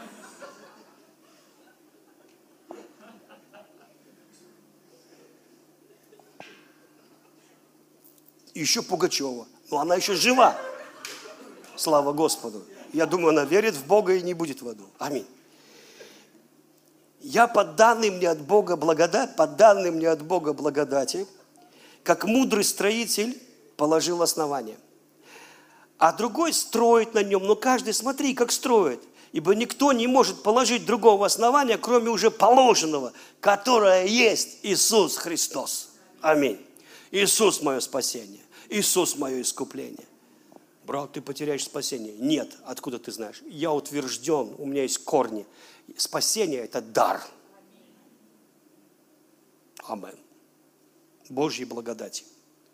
Speaker 1: И еще Пугачева. Но она еще жива. Слава Господу. Я думаю, она верит в Бога и не будет в аду. Аминь. Я под данной мне от Бога благодати, как мудрый строитель положил основание. А другой строит на нем. Но каждый, смотри, как строит. Ибо никто не может положить другого основания, кроме уже положенного, которое есть Иисус Христос. Аминь. Иисус мое спасение. Иисус мое искупление. Брат, ты потеряешь спасение. Нет. Откуда ты знаешь? Я утвержден, у меня есть корни. Спасение – это дар. Амин. Божьей благодати.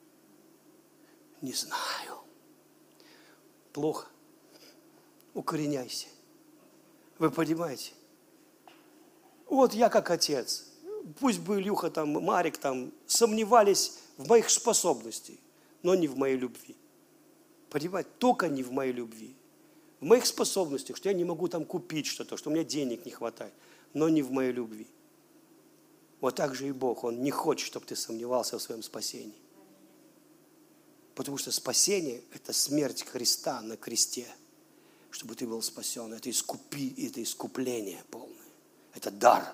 Speaker 1: Не знаю. Плохо. Укореняйся. Вы понимаете? Вот я как отец. Пусть бы Илюха, там, Марик там сомневались в моих способностях, но не в моей любви. Понимаете? Только не в моей любви. В моих способностях, что я не могу там купить что-то, что у меня денег не хватает, но не в моей любви. Вот так же и Бог. Он не хочет, чтобы ты сомневался в своем спасении. Потому что спасение – это смерть Христа на кресте, чтобы ты был спасен. Это искупление полное. Это дар.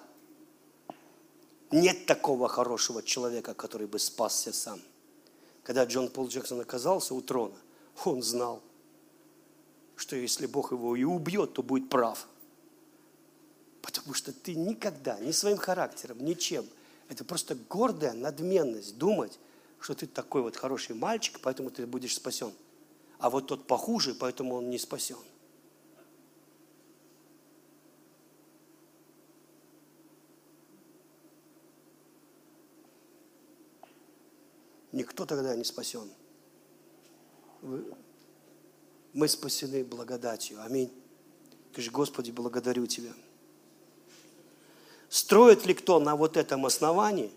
Speaker 1: Нет такого хорошего человека, который бы спасся сам. Когда Джон Пол Джексон оказался у трона, он знал, что если Бог его и убьет, то будет прав. Потому что ты никогда, ни своим характером, ничем. Это просто гордая надменность думать, что ты такой вот хороший мальчик, поэтому ты будешь спасен. А вот тот похуже, поэтому он не спасен. Никто тогда не спасен. Мы спасены благодатью. Аминь. Скажи, Господи, благодарю Тебя. Строит ли кто на вот этом основании?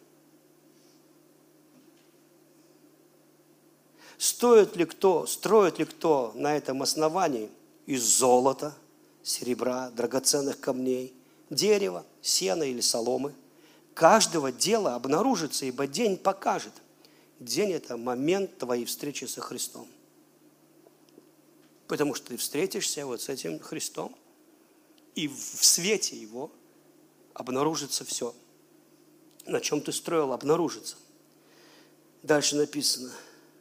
Speaker 1: Строит ли кто на этом основании из золота, серебра, драгоценных камней, дерева, сена или соломы? Каждого дела обнаружится, ибо день покажет. День – это момент твоей встречи со Христом. Потому что ты встретишься вот с этим Христом, и в свете Его обнаружится все. На чем ты строил, обнаружится. Дальше написано.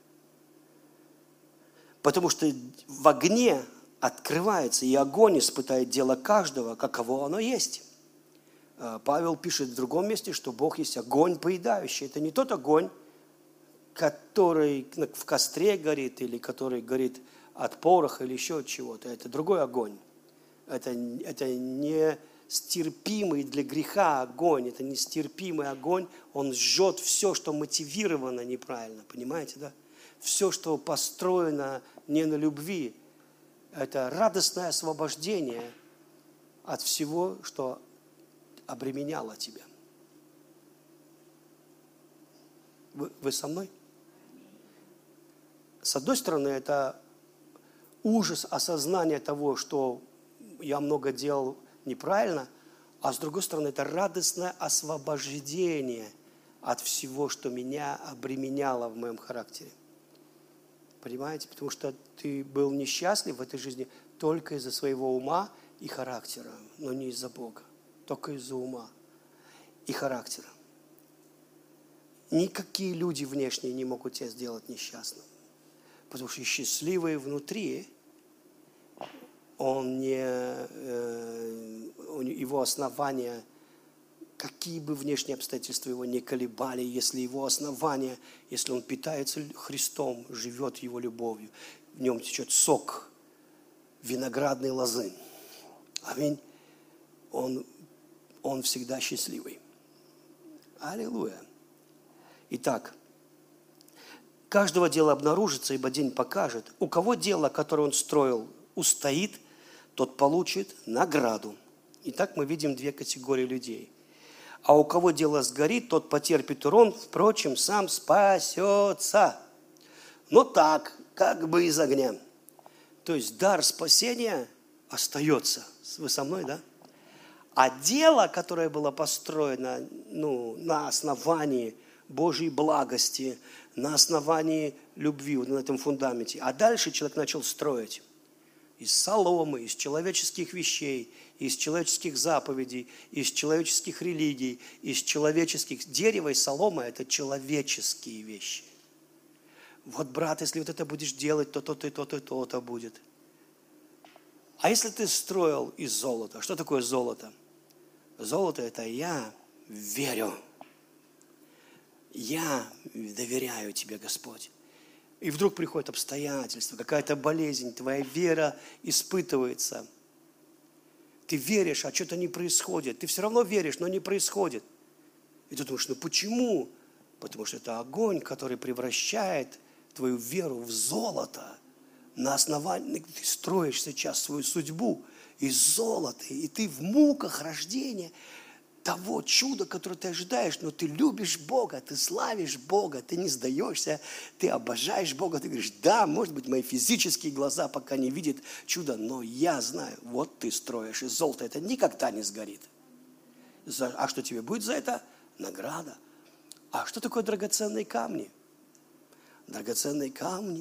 Speaker 1: Потому что в огне открывается, и огонь испытает дело каждого, каково оно есть. Павел пишет в другом месте, что Бог есть огонь поедающий. Это не тот огонь, который в костре горит, или который горит от пороха, или еще от чего-то. Это другой огонь. Это нестерпимый для греха огонь. Это нестерпимый огонь. Он жжет все, что мотивировано неправильно. Понимаете, да? Все, что построено не на любви. Это радостное освобождение от всего, что обременяло тебя. Вы со мной? С одной стороны, это ужас осознания того, что я много делал неправильно, а с другой стороны, это радостное освобождение от всего, что меня обременяло в моем характере. Понимаете? Потому что ты был несчастлив в этой жизни только из-за своего ума и характера, но не из-за Бога, только из-за ума и характера. Никакие люди внешние не могут тебя сделать несчастным. Потому что счастливый внутри, его основания, какие бы внешние обстоятельства его не колебали, если его основания, если он питается Христом, живет его любовью, в нем течет сок виноградной лозы. Аминь. Он всегда счастливый. Аллилуйя. Итак, каждого дела обнаружится, ибо день покажет. У кого дело, которое он строил, устоит, тот получит награду. Итак, мы видим две категории людей. А у кого дело сгорит, тот потерпит урон, впрочем, сам спасется. Но так, как бы из огня. То есть дар спасения остается. Вы со мной, да? А дело, которое было построено на основании Божьей благости, на основании любви, вот на этом фундаменте. А дальше человек начал строить из соломы, из человеческих вещей, из человеческих заповедей, из человеческих религий, из человеческих... Дерево и солома – это человеческие вещи. Вот, брат, если вот это будешь делать, то то-то и то-то и то-то будет. А если ты строил из золота? Что такое золото? Золото – это я верю. Я доверяю тебе, Господь. И вдруг приходят обстоятельства, какая-то болезнь, твоя вера испытывается. Ты веришь, а что-то не происходит. Ты все равно веришь, но не происходит. И ты думаешь, почему? Потому что это огонь, который превращает твою веру в золото. На основании ты строишь сейчас свою судьбу из золота, и ты в муках рождения того чуда, которое ты ожидаешь, но ты любишь Бога, ты славишь Бога, ты не сдаешься, ты обожаешь Бога, ты говоришь, да, может быть, мои физические глаза пока не видят чуда, но я знаю, вот ты строишь из золота, это никогда не сгорит. А что тебе будет за это? Награда. А что такое драгоценные камни? Драгоценные камни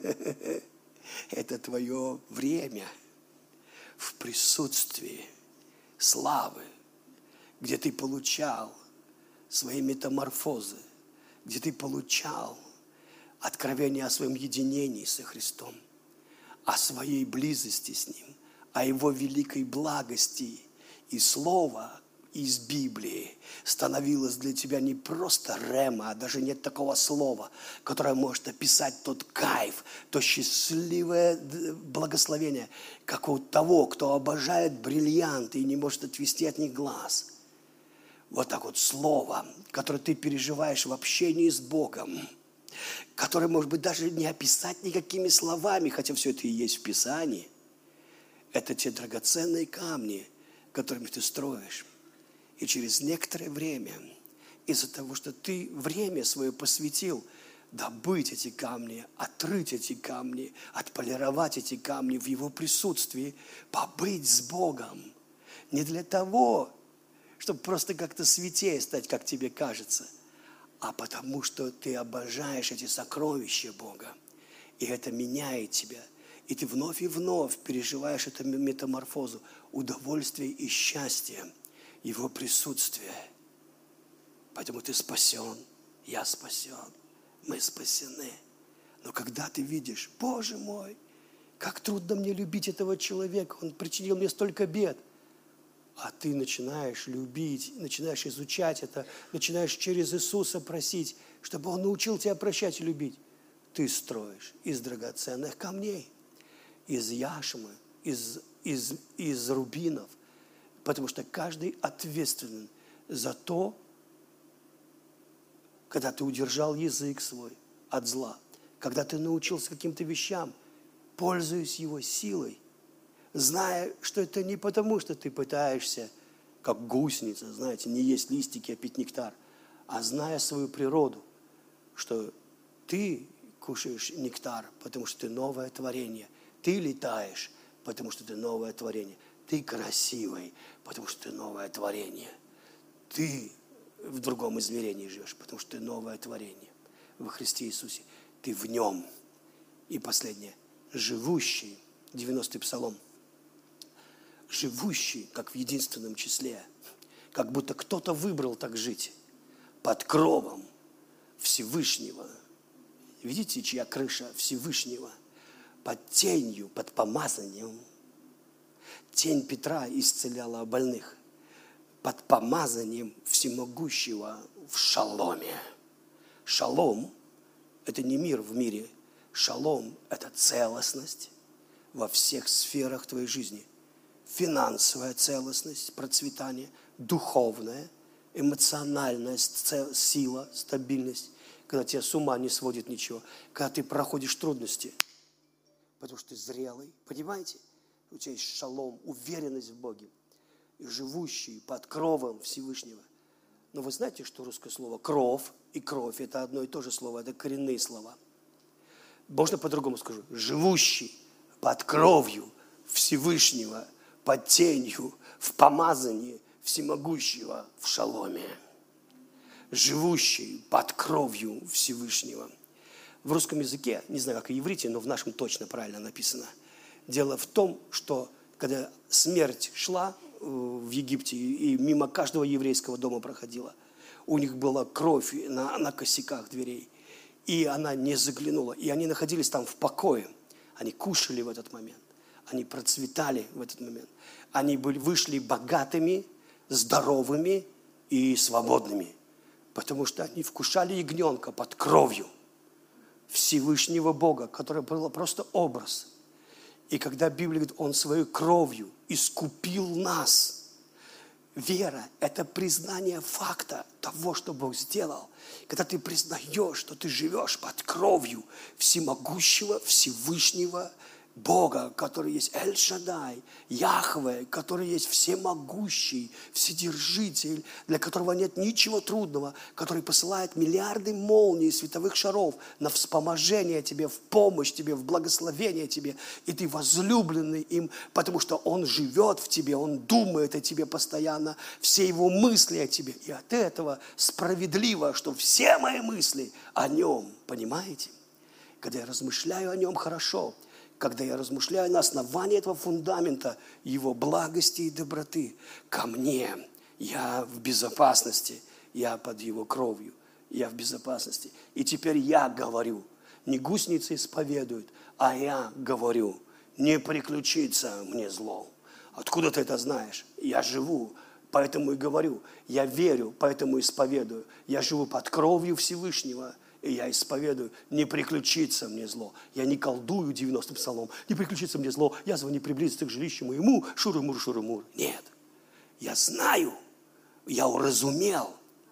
Speaker 1: – это твое время в присутствии славы, где ты получал свои метаморфозы, где ты получал откровение о своем единении со Христом, о своей близости с Ним, о Его великой благости. И Слово из Библии становилось для тебя не просто рема, а даже нет такого слова, которое может описать тот кайф, то счастливое благословение, как у того, кто обожает бриллианты и не может отвести от них глаз. Вот так вот слово, которое ты переживаешь в общении с Богом, которое, может быть, даже не описать никакими словами, хотя все это и есть в Писании, это те драгоценные камни, которыми ты строишь. И через некоторое время, из-за того, что ты время свое посвятил, добыть эти камни, отрыть эти камни, отполировать эти камни в Его присутствии, побыть с Богом. Не для того, чтобы просто как-то святее стать, как тебе кажется, а потому что ты обожаешь эти сокровища Бога. И это меняет тебя. И ты вновь и вновь переживаешь эту метаморфозу, удовольствие и счастье Его присутствия. Поэтому ты спасен, я спасен, мы спасены. Но когда ты видишь, Боже мой, как трудно мне любить этого человека, он причинил мне столько бед. А ты начинаешь любить, начинаешь изучать это, начинаешь через Иисуса просить, чтобы Он научил тебя прощать и любить. Ты строишь из драгоценных камней, из яшмы, из рубинов, потому что каждый ответственен за то, когда ты удержал язык свой от зла, когда ты научился каким-то вещам, пользуясь его силой, зная, что это не потому, что ты пытаешься, как гусеница, знаете, не есть листики, а пить нектар, а зная свою природу, что ты кушаешь нектар, потому что ты новое творение, ты летаешь, потому что ты новое творение, ты красивый, потому что ты новое творение, ты в другом измерении живешь, потому что ты новое творение во Христе Иисусе, ты в Нем. И последнее, живущий, 90-й псалом, живущий, как в единственном числе, как будто кто-то выбрал так жить, под кровом Всевышнего. Видите, чья крыша? Всевышнего. Под тенью, под помазанием. Тень Петра исцеляла больных. Под помазанием всемогущего в шаломе. Шалом – это не мир в мире. Шалом – это целостность во всех сферах твоей жизни. Финансовая целостность, процветание, духовная, эмоциональная сила, стабильность, когда тебя с ума не сводит ничего, когда ты проходишь трудности, потому что ты зрелый, понимаете? У тебя есть шалом, уверенность в Боге, и живущий под кровом Всевышнего. Но вы знаете, что русское слово «кровь» и «кровь» – это одно и то же слово, это коренные слова. Можно по-другому скажу. Живущий под кровью Всевышнего, под тенью, в помазании всемогущего в шаломе. Живущий под кровью Всевышнего. В русском языке, не знаю, как и в иврите, но в нашем точно правильно написано. Дело в том, что когда смерть шла в Египте и мимо каждого еврейского дома проходила, у них была кровь на косяках дверей. И она не заглянула. И они находились там в покое. Они кушали в этот момент. Они процветали в этот момент. Они вышли богатыми, здоровыми и свободными. Потому что они вкушали ягненка под кровью Всевышнего Бога, который был просто образ. И когда Библия говорит, Он своей кровью искупил нас. Вера – это признание факта того, что Бог сделал. Когда ты признаешь, что ты живешь под кровью всемогущего, Всевышнего Бога, который есть Эль-Шадай, Яхве, который есть всемогущий, вседержитель, для которого нет ничего трудного, который посылает миллиарды молний, световых шаров на вспоможение тебе, в помощь тебе, в благословение тебе, и ты возлюбленный им, потому что Он живет в тебе, Он думает о тебе постоянно, все Его мысли о тебе, и от этого справедливо, что все мои мысли о Нем, понимаете? Когда я размышляю о Нем хорошо, когда я размышляю на основании этого фундамента Его благости и доброты, ко мне, я в безопасности, я под Его кровью, я в безопасности. И теперь я говорю, не гусеницы исповедуют, а я говорю, не приключится мне зло. Откуда ты это знаешь? Я живу, поэтому и говорю. Я верю, поэтому исповедую. Я живу под кровью Всевышнего. И я исповедую, не приключится мне зло. Я не колдую 90-м псалом, не приключится мне зло, язва не приблизится к жилищу моему, шуры-мур, шуры-мур. Нет, я знаю, я уразумел.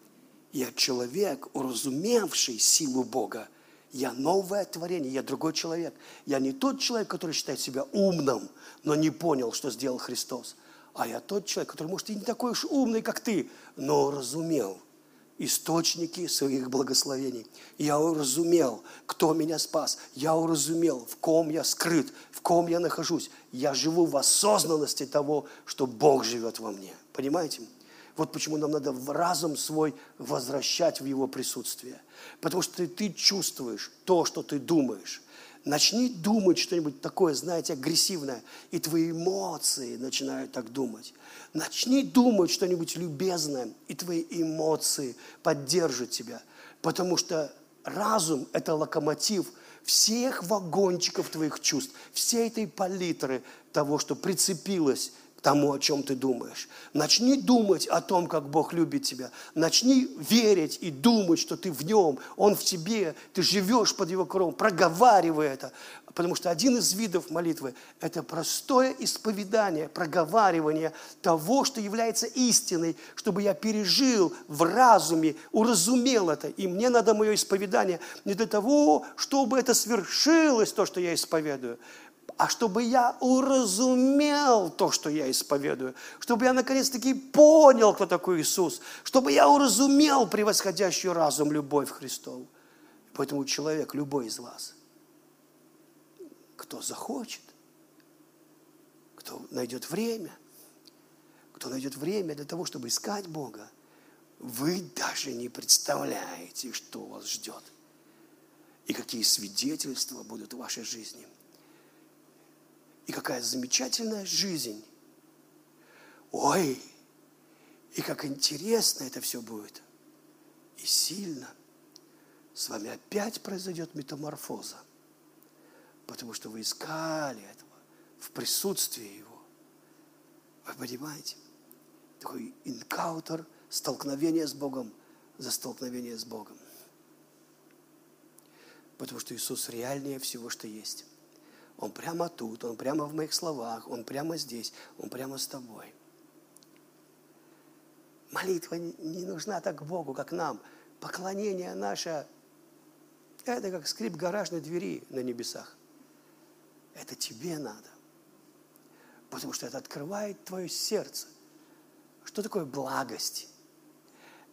Speaker 1: Я человек, уразумевший силу Бога. Я новое творение, я другой человек. Я не тот человек, который считает себя умным, но не понял, что сделал Христос. А я тот человек, который, может, и не такой уж умный, как ты, но уразумел источники своих благословений. Я уразумел, кто меня спас. Я уразумел, в ком я скрыт, в ком я нахожусь. Я живу в осознанности того, что Бог живет во мне. Понимаете? Вот почему нам надо разум свой возвращать в Его присутствие. Потому что ты чувствуешь то, что ты думаешь. Начни думать что-нибудь такое, знаете, агрессивное, и твои эмоции начинают так думать. Начни думать что-нибудь любезное, и твои эмоции поддержат тебя. Потому что разум – это локомотив всех вагончиков твоих чувств, всей этой палитры того, что прицепилось к тому, о чем ты думаешь. Начни думать о том, как Бог любит тебя. Начни верить и думать, что ты в Нем, Он в тебе, ты живешь под Его кровом. Проговаривай это. Потому что один из видов молитвы – это простое исповедание, проговаривание того, что является истиной, чтобы я пережил в разуме, уразумел это. И мне надо мое исповедание не для того, чтобы это свершилось, то, что я исповедую, а чтобы я уразумел то, что я исповедую, чтобы я наконец-таки понял, кто такой Иисус, чтобы я уразумел превосходящую разум любовь Христову. Поэтому человек, любой из вас, кто захочет, кто найдет время для того, чтобы искать Бога, вы даже не представляете, что вас ждет и какие свидетельства будут в вашей жизни. И какая замечательная жизнь. Ой, и как интересно это все будет. И сильно. С вами опять произойдет метаморфоза. Потому что вы искали этого в присутствии Его. Вы понимаете? Такой энкаутер, столкновение с Богом за столкновение с Богом. Потому что Иисус реальнее всего, что есть. Он прямо тут, Он прямо в моих словах, Он прямо здесь, Он прямо с тобой. Молитва не нужна так Богу, как нам. Поклонение наше – это как скрип гаражной двери на небесах. Это тебе надо. Потому что это открывает твое сердце. Что такое благость?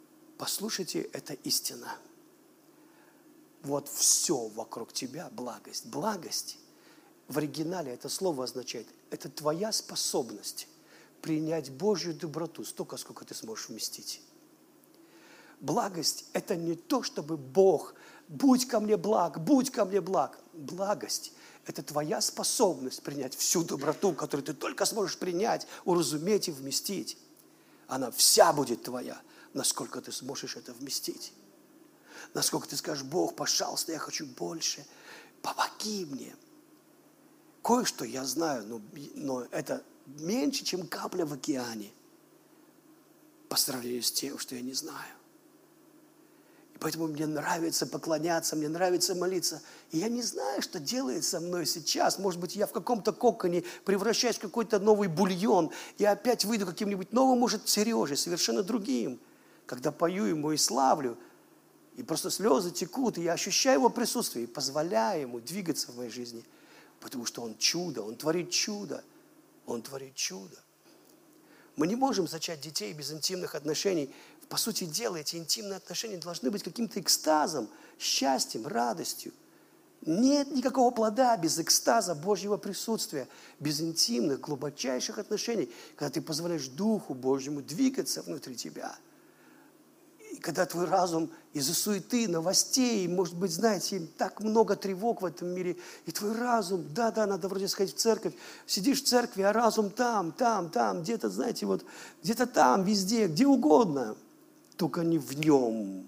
Speaker 1: Послушайте, это истина. Вот все вокруг тебя благость. Благость в оригинале это слово означает, это твоя способность принять Божью доброту столько, сколько ты сможешь вместить. Благость – это не то, чтобы Бог, будь ко мне благ, будь ко мне благ. Благость – это твоя способность принять всю доброту, которую ты только сможешь принять, уразуметь и вместить. Она вся будет твоя, насколько ты сможешь это вместить. Насколько ты скажешь, Бог, пожалуйста, я хочу больше, помоги мне. Кое-что я знаю, но это меньше, чем капля в океане по сравнению с тем, что я не знаю. И поэтому мне нравится поклоняться, мне нравится молиться. И я не знаю, что делает со мной сейчас. Может быть, я в каком-то коконе превращаюсь в какой-то новый бульон, и опять выйду каким-нибудь новым, может, Сережей, совершенно другим. Когда пою ему и славлю, и просто слезы текут, и я ощущаю его присутствие, и позволяю ему двигаться в моей жизни. Потому что он чудо, он творит чудо. Он творит чудо. Мы не можем зачать детей без интимных отношений. По сути дела, эти интимные отношения должны быть каким-то экстазом, счастьем, радостью. Нет никакого плода без экстаза Божьего присутствия, без интимных, глубочайших отношений, когда ты позволяешь Духу Божьему двигаться внутри тебя. И когда твой разум из-за суеты, новостей, может быть, знаете, так много тревог в этом мире, и твой разум, да, надо вроде сходить в церковь, сидишь в церкви, а разум там, где-то, знаете, вот, где-то там, везде, где угодно, только не в нем.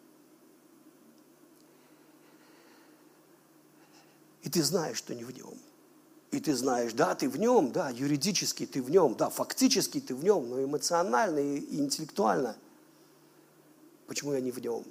Speaker 1: И ты знаешь, что не в нем. И ты знаешь, да, ты в нем, да, юридически ты в нем, да, фактически ты в нем, но эмоционально и интеллектуально. Почему я не в нем?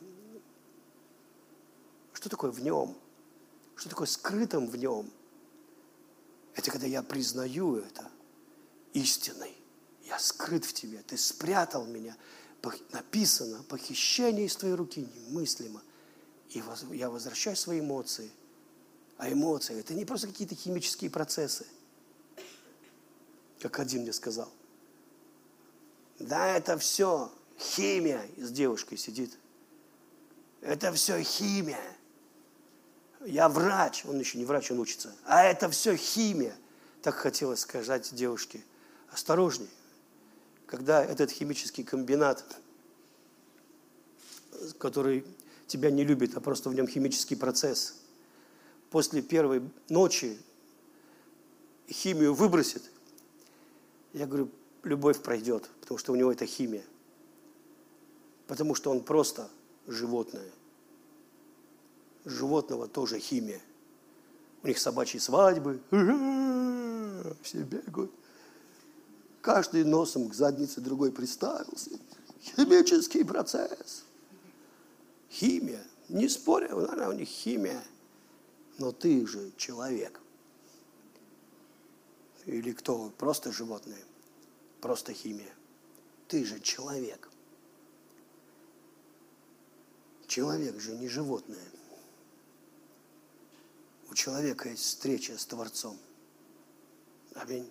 Speaker 1: Что такое в нем? Что такое скрытым в нем? Это когда я признаю это истиной. Я скрыт в тебе, ты спрятал меня. Написано, похищение из твоей руки немыслимо. И я возвращаю свои эмоции. А эмоции – это не просто какие-то химические процессы. Как один мне сказал. Да, это все химия. С девушкой сидит. Это все химия. Я врач. Он еще не врач, он учится. А это все химия. Так хотелось сказать девушке. Осторожней. Когда этот химический комбинат, который тебя не любит, а просто в нем химический процесс, после первой ночи химию выбросит, я говорю, любовь пройдет, потому что у него это химия. Потому что он просто животное. Животного тоже химия. У них собачьи свадьбы. Все бегают. Каждый носом к заднице другой приставился. Химический процесс. Химия. Не спорю, наверное, у них химия. Но ты же человек. Или кто? Просто животное. Просто химия. Ты же человек. Человек же не животное. У человека есть встреча с Творцом. Аминь.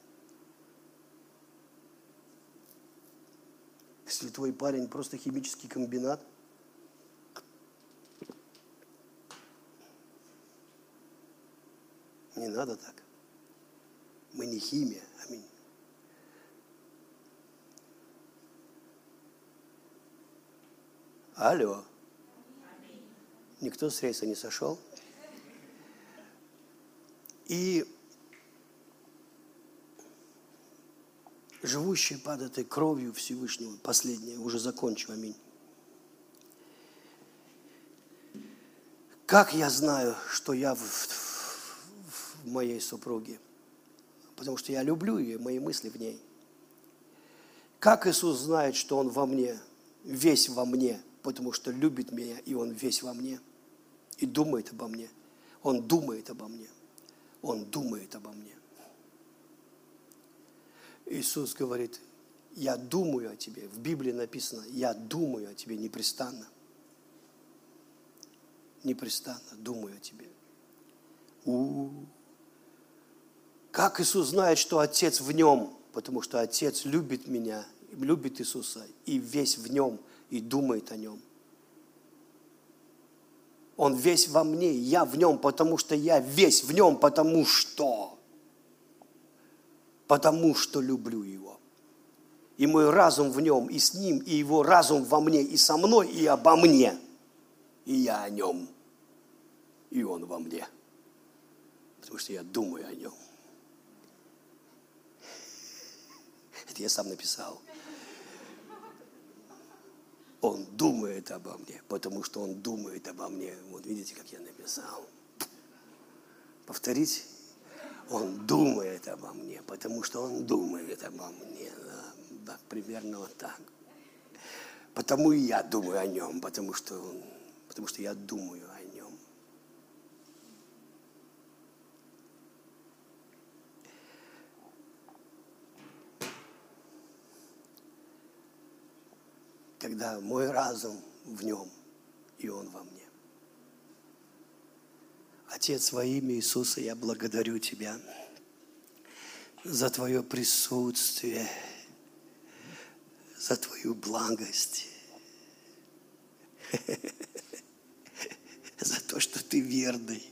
Speaker 1: Если твой парень просто химический комбинат, не надо так. Мы не химия. Аминь. Алло. Никто с рейса не сошел. И живущий под этой кровью Всевышнего, последнее, уже закончу, аминь. Как я знаю, что я в моей супруге? Потому что я люблю ее, мои мысли в ней. Как Иисус знает, что Он во мне, весь во мне, потому что любит меня, и Он весь во мне, и думает обо мне. Он думает обо мне. Он думает обо мне. Иисус говорит, я думаю о тебе. В Библии написано, я думаю о тебе непрестанно. Непрестанно думаю о тебе. Как Иисус знает, что Отец в нем? Потому что Отец любит меня, любит Иисуса, и весь в нем, и думает о нем. Он весь во мне, я в нем, потому что я весь в нем, потому что люблю его. И мой разум в нем, и с ним, и его разум во мне, и со мной, и обо мне. И я о нем, и он во мне. Потому что я думаю о нем. Это я сам написал. Он думает обо мне, потому что он думает обо мне. Вот видите, как я написал. Повторите. Он думает обо мне, потому что он думает обо мне. Да, примерно вот так. Потому и я думаю о нем, потому что я думаю о нем. Когда мой разум в нем, и он во мне. Отец, во имя Иисуса, я благодарю Тебя за Твое присутствие, за Твою благость, за то, что Ты верный,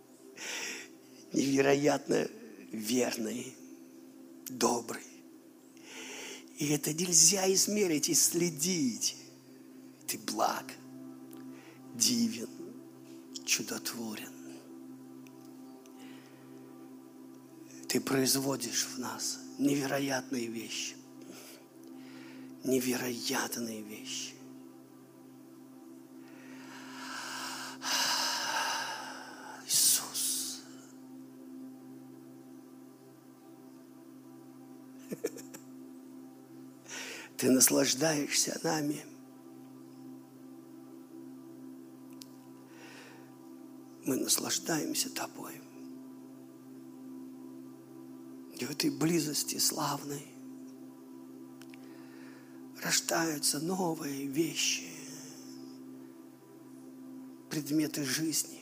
Speaker 1: невероятно верный, добрый. И это нельзя измерить и следить. Ты благ, дивен, чудотворен. Ты производишь в нас невероятные вещи. Невероятные вещи. Иисус. Ты наслаждаешься нами. Мы наслаждаемся Тобой. И в этой близости славной рождаются новые вещи, предметы жизни.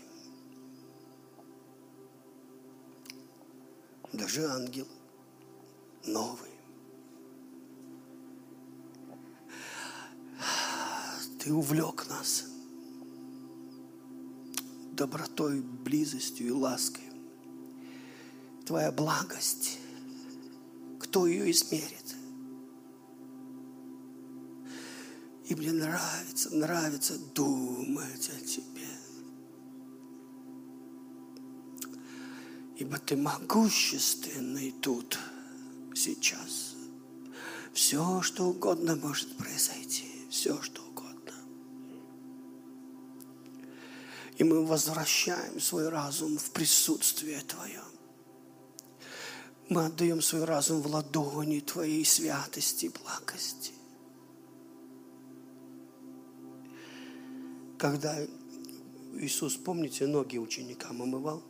Speaker 1: Даже ангелы новые. Ты увлек нас добротой, близостью и лаской. Твоя благость, кто ее измерит? И мне нравится думать о Тебе. Ибо Ты могущественный тут, сейчас. Все, что угодно может произойти. Все, что угодно. И мы возвращаем свой разум в присутствие Твое. Мы отдаем свой разум в ладони Твоей святости и благости. Когда Иисус, помните, ноги ученикам омывал,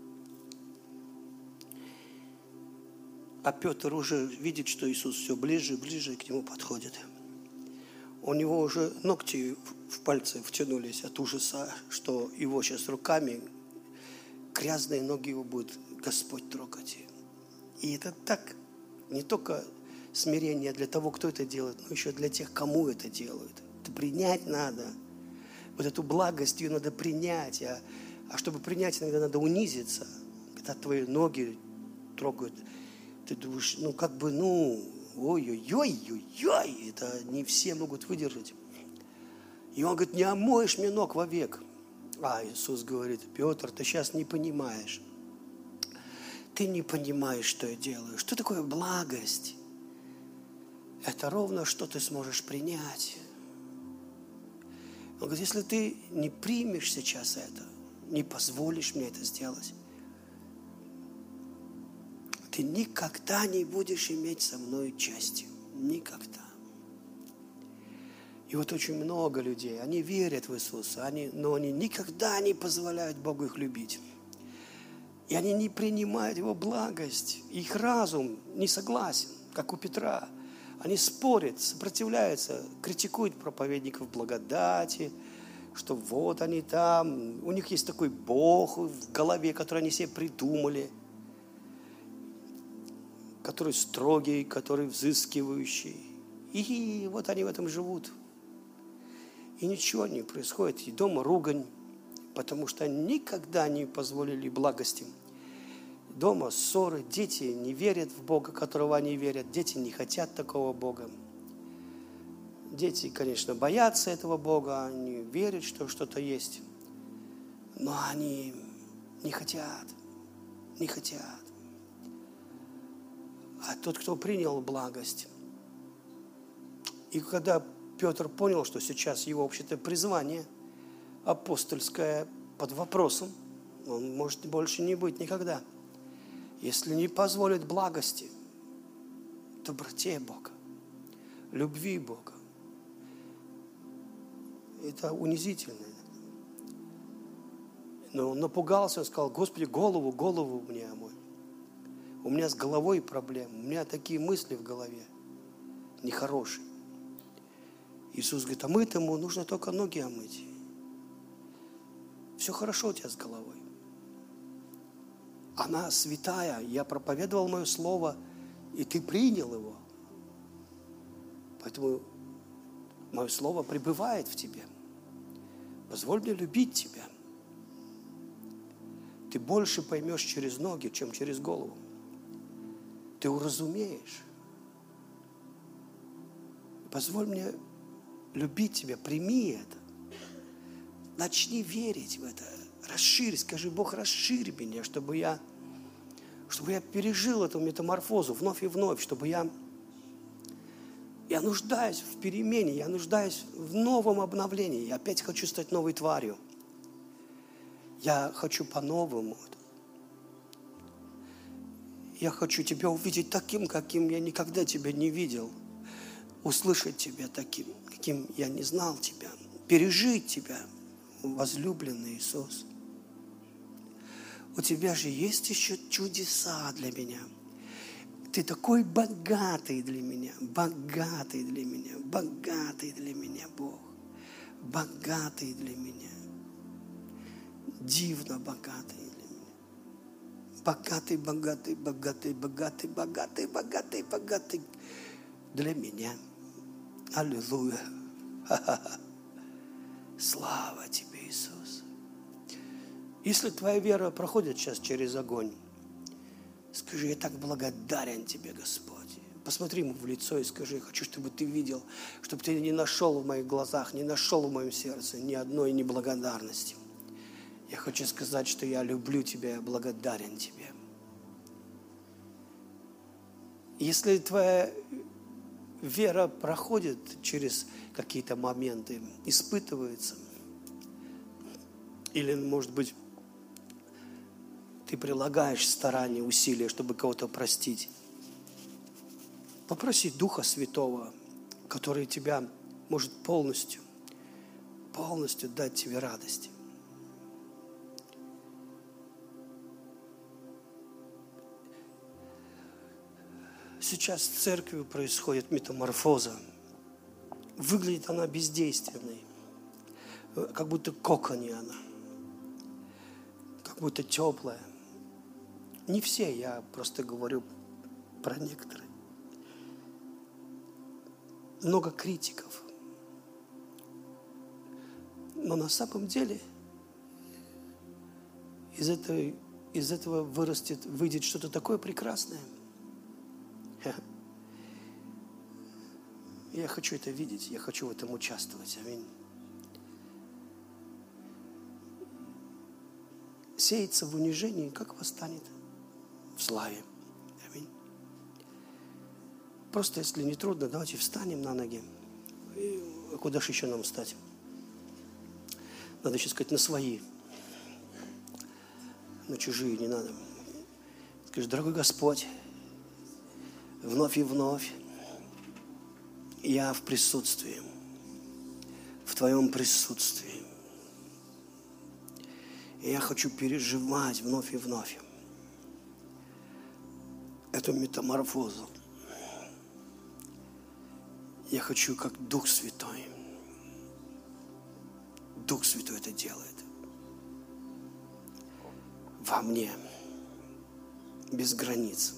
Speaker 1: а Петр уже видит, что Иисус все ближе и ближе к нему подходит. У него уже ногти в пальцы втянулись от ужаса, что его сейчас руками грязные ноги его будет Господь трогать. И это так, не только смирение для того, кто это делает, но еще для тех, кому это делают. Это принять надо. Вот эту благость, ее надо принять. А чтобы принять, иногда надо унизиться. Когда твои ноги трогают, ты думаешь, ой-ой-ой, это не все могут выдержать. И он говорит, не омоешь мне ног вовек. А Иисус говорит, Петр, ты сейчас не понимаешь. Ты не понимаешь, что я делаю. Что такое благость? Это ровно, что ты сможешь принять. Он говорит, если ты не примешь сейчас это, не позволишь мне это сделать, ты никогда не будешь иметь со мной части. Никогда. И вот очень много людей, они верят в Иисуса, но они никогда не позволяют Богу их любить. И они не принимают Его благость. Их разум не согласен, как у Петра. Они спорят, сопротивляются, критикуют проповедников благодати, что вот они там, у них есть такой Бог в голове, который они себе придумали, который строгий, который взыскивающий. И вот они в этом живут. и ничего не происходит. И дома ругань, потому что они никогда не позволили благости. Дома ссоры, дети не верят в Бога, которого они верят. Дети не хотят такого Бога. Дети, конечно, боятся этого Бога, они верят, что что-то есть. Но они не хотят, не хотят. А тот, кто принял благость, и когда Петр понял, что сейчас его вообще-то призвание апостольское под вопросом, он может больше не быть никогда, если не позволит благости, доброте Бога, любви Бога. Это унизительно. Но он напугался, он сказал: Господи, голову мне омой. У меня с головой проблемы, у меня такие мысли в голове нехорошие. Иисус говорит: а мытому нужно только ноги омыть. Все хорошо у тебя с головой. Она святая, я проповедовал мое слово, и ты принял его. Поэтому мое слово пребывает в тебе. Позволь мне любить тебя. Ты больше поймешь через ноги, чем через голову. Ты уразумеешь. Позволь мне любить тебя, прими это. Начни верить в это. Расширь, скажи: Бог, расширь меня, чтобы я пережил эту метаморфозу вновь и вновь, чтобы я нуждаюсь в перемене, я нуждаюсь в новом обновлении. Я опять хочу стать новой тварью. Я хочу по-новому. Я хочу тебя увидеть таким, каким я никогда тебя не видел. Услышать тебя таким, каким я не знал тебя. Пережить тебя, возлюбленный Иисус. У тебя же есть еще чудеса для меня. Ты такой богатый для меня, богатый для меня, богатый для меня, Бог. Богатый для меня. Дивно богатый для меня. Богатый, богатый, богатый, богатый, богатый, богатый, богатый для меня. Аллилуйя. Слава тебе, Иисус. Если твоя вера проходит сейчас через огонь, скажи: я так благодарен тебе, Господь. Посмотри ему в лицо и скажи: хочу, чтобы ты видел, чтобы ты не нашел в моих глазах, не нашел в моем сердце ни одной неблагодарности. Я хочу сказать, что я люблю тебя, я благодарен тебе. Если твоя вера проходит через какие-то моменты, испытывается, или, может быть, ты прилагаешь старания, усилия, чтобы кого-то простить, попроси Духа Святого, который тебя может полностью дать тебе радость. Сейчас в церкви происходит метаморфоза. Выглядит она бездейственной, как будто коконе она, как будто теплая. Не все, я просто говорю про некоторые. Много критиков. Но на самом деле из этого выйдет что-то такое прекрасное. Я хочу это видеть, я хочу в этом участвовать. Аминь. Сеется в унижении, как восстанет в славе. Аминь. Просто, если не трудно, давайте встанем на ноги. А куда же еще нам встать? Надо еще сказать: на свои. На чужие не надо. Скажи: дорогой Господь, вновь и вновь я в присутствии, в Твоем присутствии. И я хочу переживать вновь и вновь эту метаморфозу. Я хочу, как Дух Святой. Дух Святой это делает. Во мне. Без границ.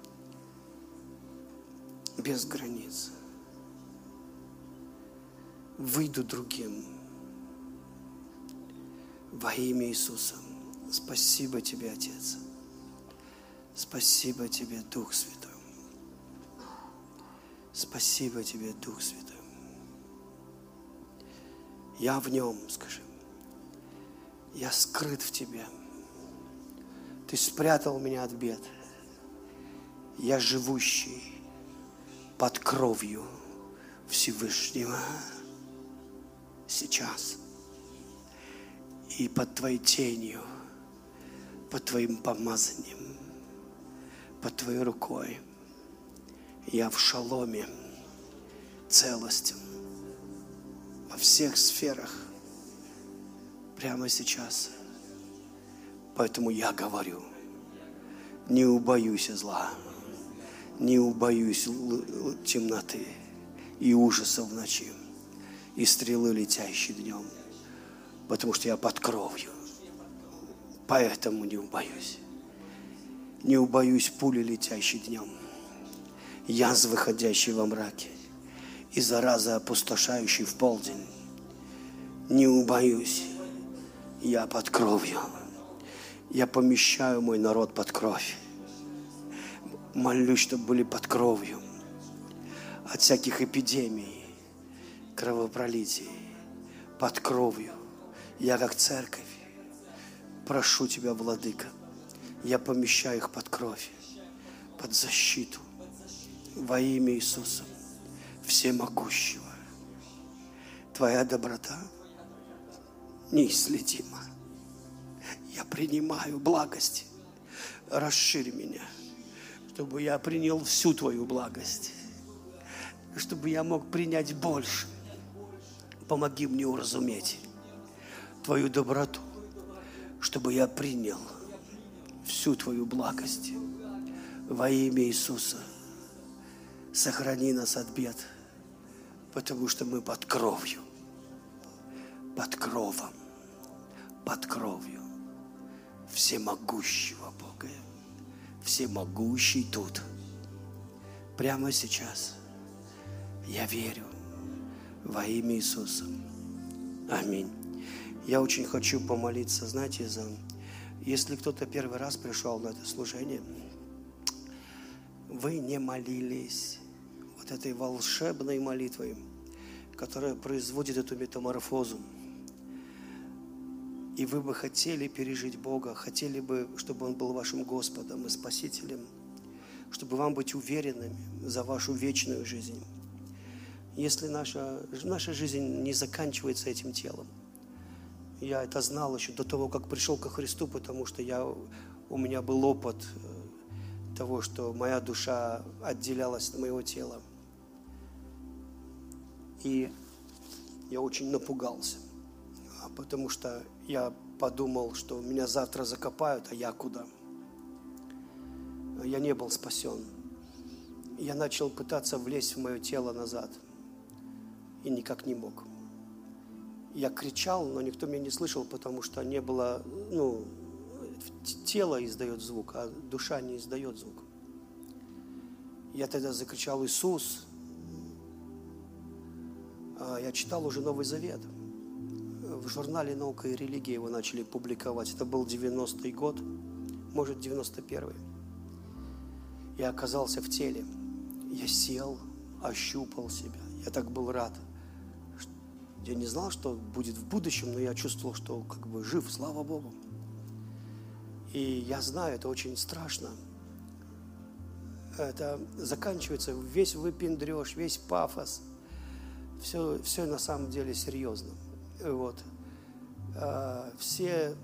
Speaker 1: Без границ. выйду другим. Во имя Иисуса. Спасибо Тебе, Отец. Спасибо Тебе, Дух Святой. Спасибо Тебе, Дух Святой. Я в Нем, скажи. Я скрыт в Тебе. Ты спрятал меня от бед. Я живущий под кровью Всевышнего сейчас. И под Твоей тенью, под Твоим помазанием, под Твоей рукой. Я в шаломе, целостен во всех сферах прямо сейчас. Поэтому я говорю, не убоюсь зла, не убоюсь темноты и ужаса в ночи, и стрелы, летящей днем, потому что я под кровью. Поэтому не убоюсь. Не убоюсь пули, летящей днем, язв, выходящий во мраке, и заразы, опустошающей в полдень. Не убоюсь. Я под кровью. Я помещаю мой народ под кровь. Молюсь, чтобы были под кровью. От всяких эпидемий, кровопролитий, под кровью. Я как церковь прошу Тебя, Владыка, я помещаю их под кровь, под защиту. Во имя Иисуса, Всемогущего. Твоя доброта неисследима. Я принимаю благость. Расширь меня, чтобы я принял всю Твою благость, чтобы я мог принять больше. Помоги мне уразуметь Твою доброту, чтобы я принял всю Твою благость. Во имя Иисуса сохрани нас от бед, потому что мы под кровью, под кровом, под кровью всемогущего Бога. Всемогущий тут, прямо сейчас. Я верю во имя Иисуса. Аминь. Я очень хочу помолиться, знаете, если кто-то первый раз пришел на это служение, вы не молились вот этой волшебной молитвой, которая производит эту метаморфозу. И вы бы хотели пережить Бога, хотели бы, чтобы Он был вашим Господом и Спасителем, чтобы вам быть уверенными за вашу вечную жизнь. Если наша жизнь не заканчивается этим телом, я это знал еще до того, как пришел ко Христу, потому что у меня был опыт того, что моя душа отделялась от моего тела. И я очень напугался, потому что я подумал, что меня завтра закопают, а я куда? Я не был спасен. Я начал пытаться влезть в мое тело назад и никак не мог. Я кричал, но никто меня не слышал, потому что не было, тело издает звук, а душа не издает звук. Я тогда закричал: Иисус. Я читал уже Новый Завет. В журнале «Наука и религия» его начали публиковать. Это был 90-й год, может, 91-й. Я оказался в теле. Я сел, ощупал себя. Я так был рад. Я не знал, что будет в будущем, но я чувствовал, что как бы жив, слава Богу. И я знаю, это очень страшно. Это заканчивается весь выпендреж, весь пафос. Все на самом деле серьезно. Вот. Всякая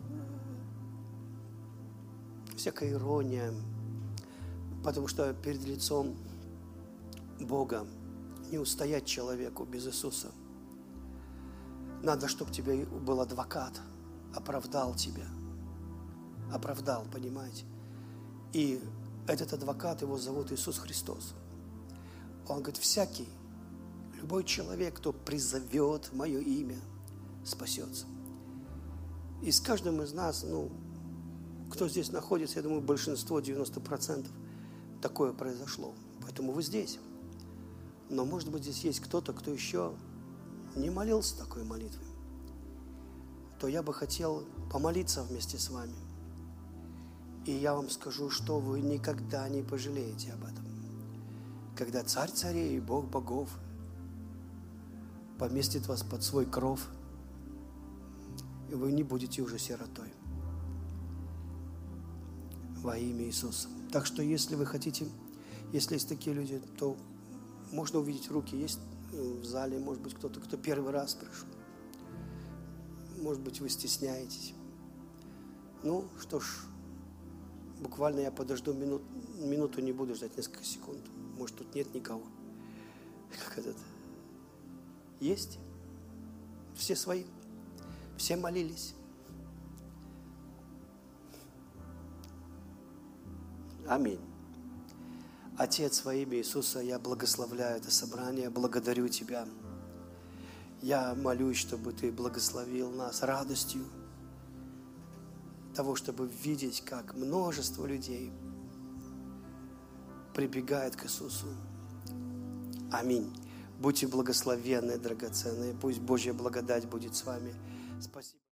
Speaker 1: ирония, потому что перед лицом Бога не устоять человеку без Иисуса. Надо, чтобы тебе был адвокат, оправдал тебя. Оправдал, понимаете? И этот адвокат, его зовут Иисус Христос. Он говорит: любой человек, кто призовет мое имя, спасется. И с каждым из нас, кто здесь находится, я думаю, большинство, 90% такое произошло. Поэтому вы здесь. Но, может быть, здесь есть кто-то, кто еще не молился такой молитвой, то я бы хотел помолиться вместе с вами. И я вам скажу, что вы никогда не пожалеете об этом. Когда Царь царей и Бог богов поместит вас под свой кров, и вы не будете уже сиротой. Во имя Иисуса. Так что, если вы хотите, если есть такие люди, то можно увидеть руки. Есть в зале, может быть, кто-то, кто первый раз пришел. Может быть, вы стесняетесь. Ну, что ж, буквально я подожду минуту, не буду ждать несколько секунд. Может, тут нет никого. Как этот? Есть? Все свои? Все молились? Аминь. Отец, во имя Иисуса, я благословляю это собрание, благодарю Тебя. Я молюсь, чтобы Ты благословил нас радостью того, чтобы видеть, как множество людей прибегает к Иисусу. Аминь. Будьте благословенны, драгоценные. Пусть Божья благодать будет с вами. Спасибо.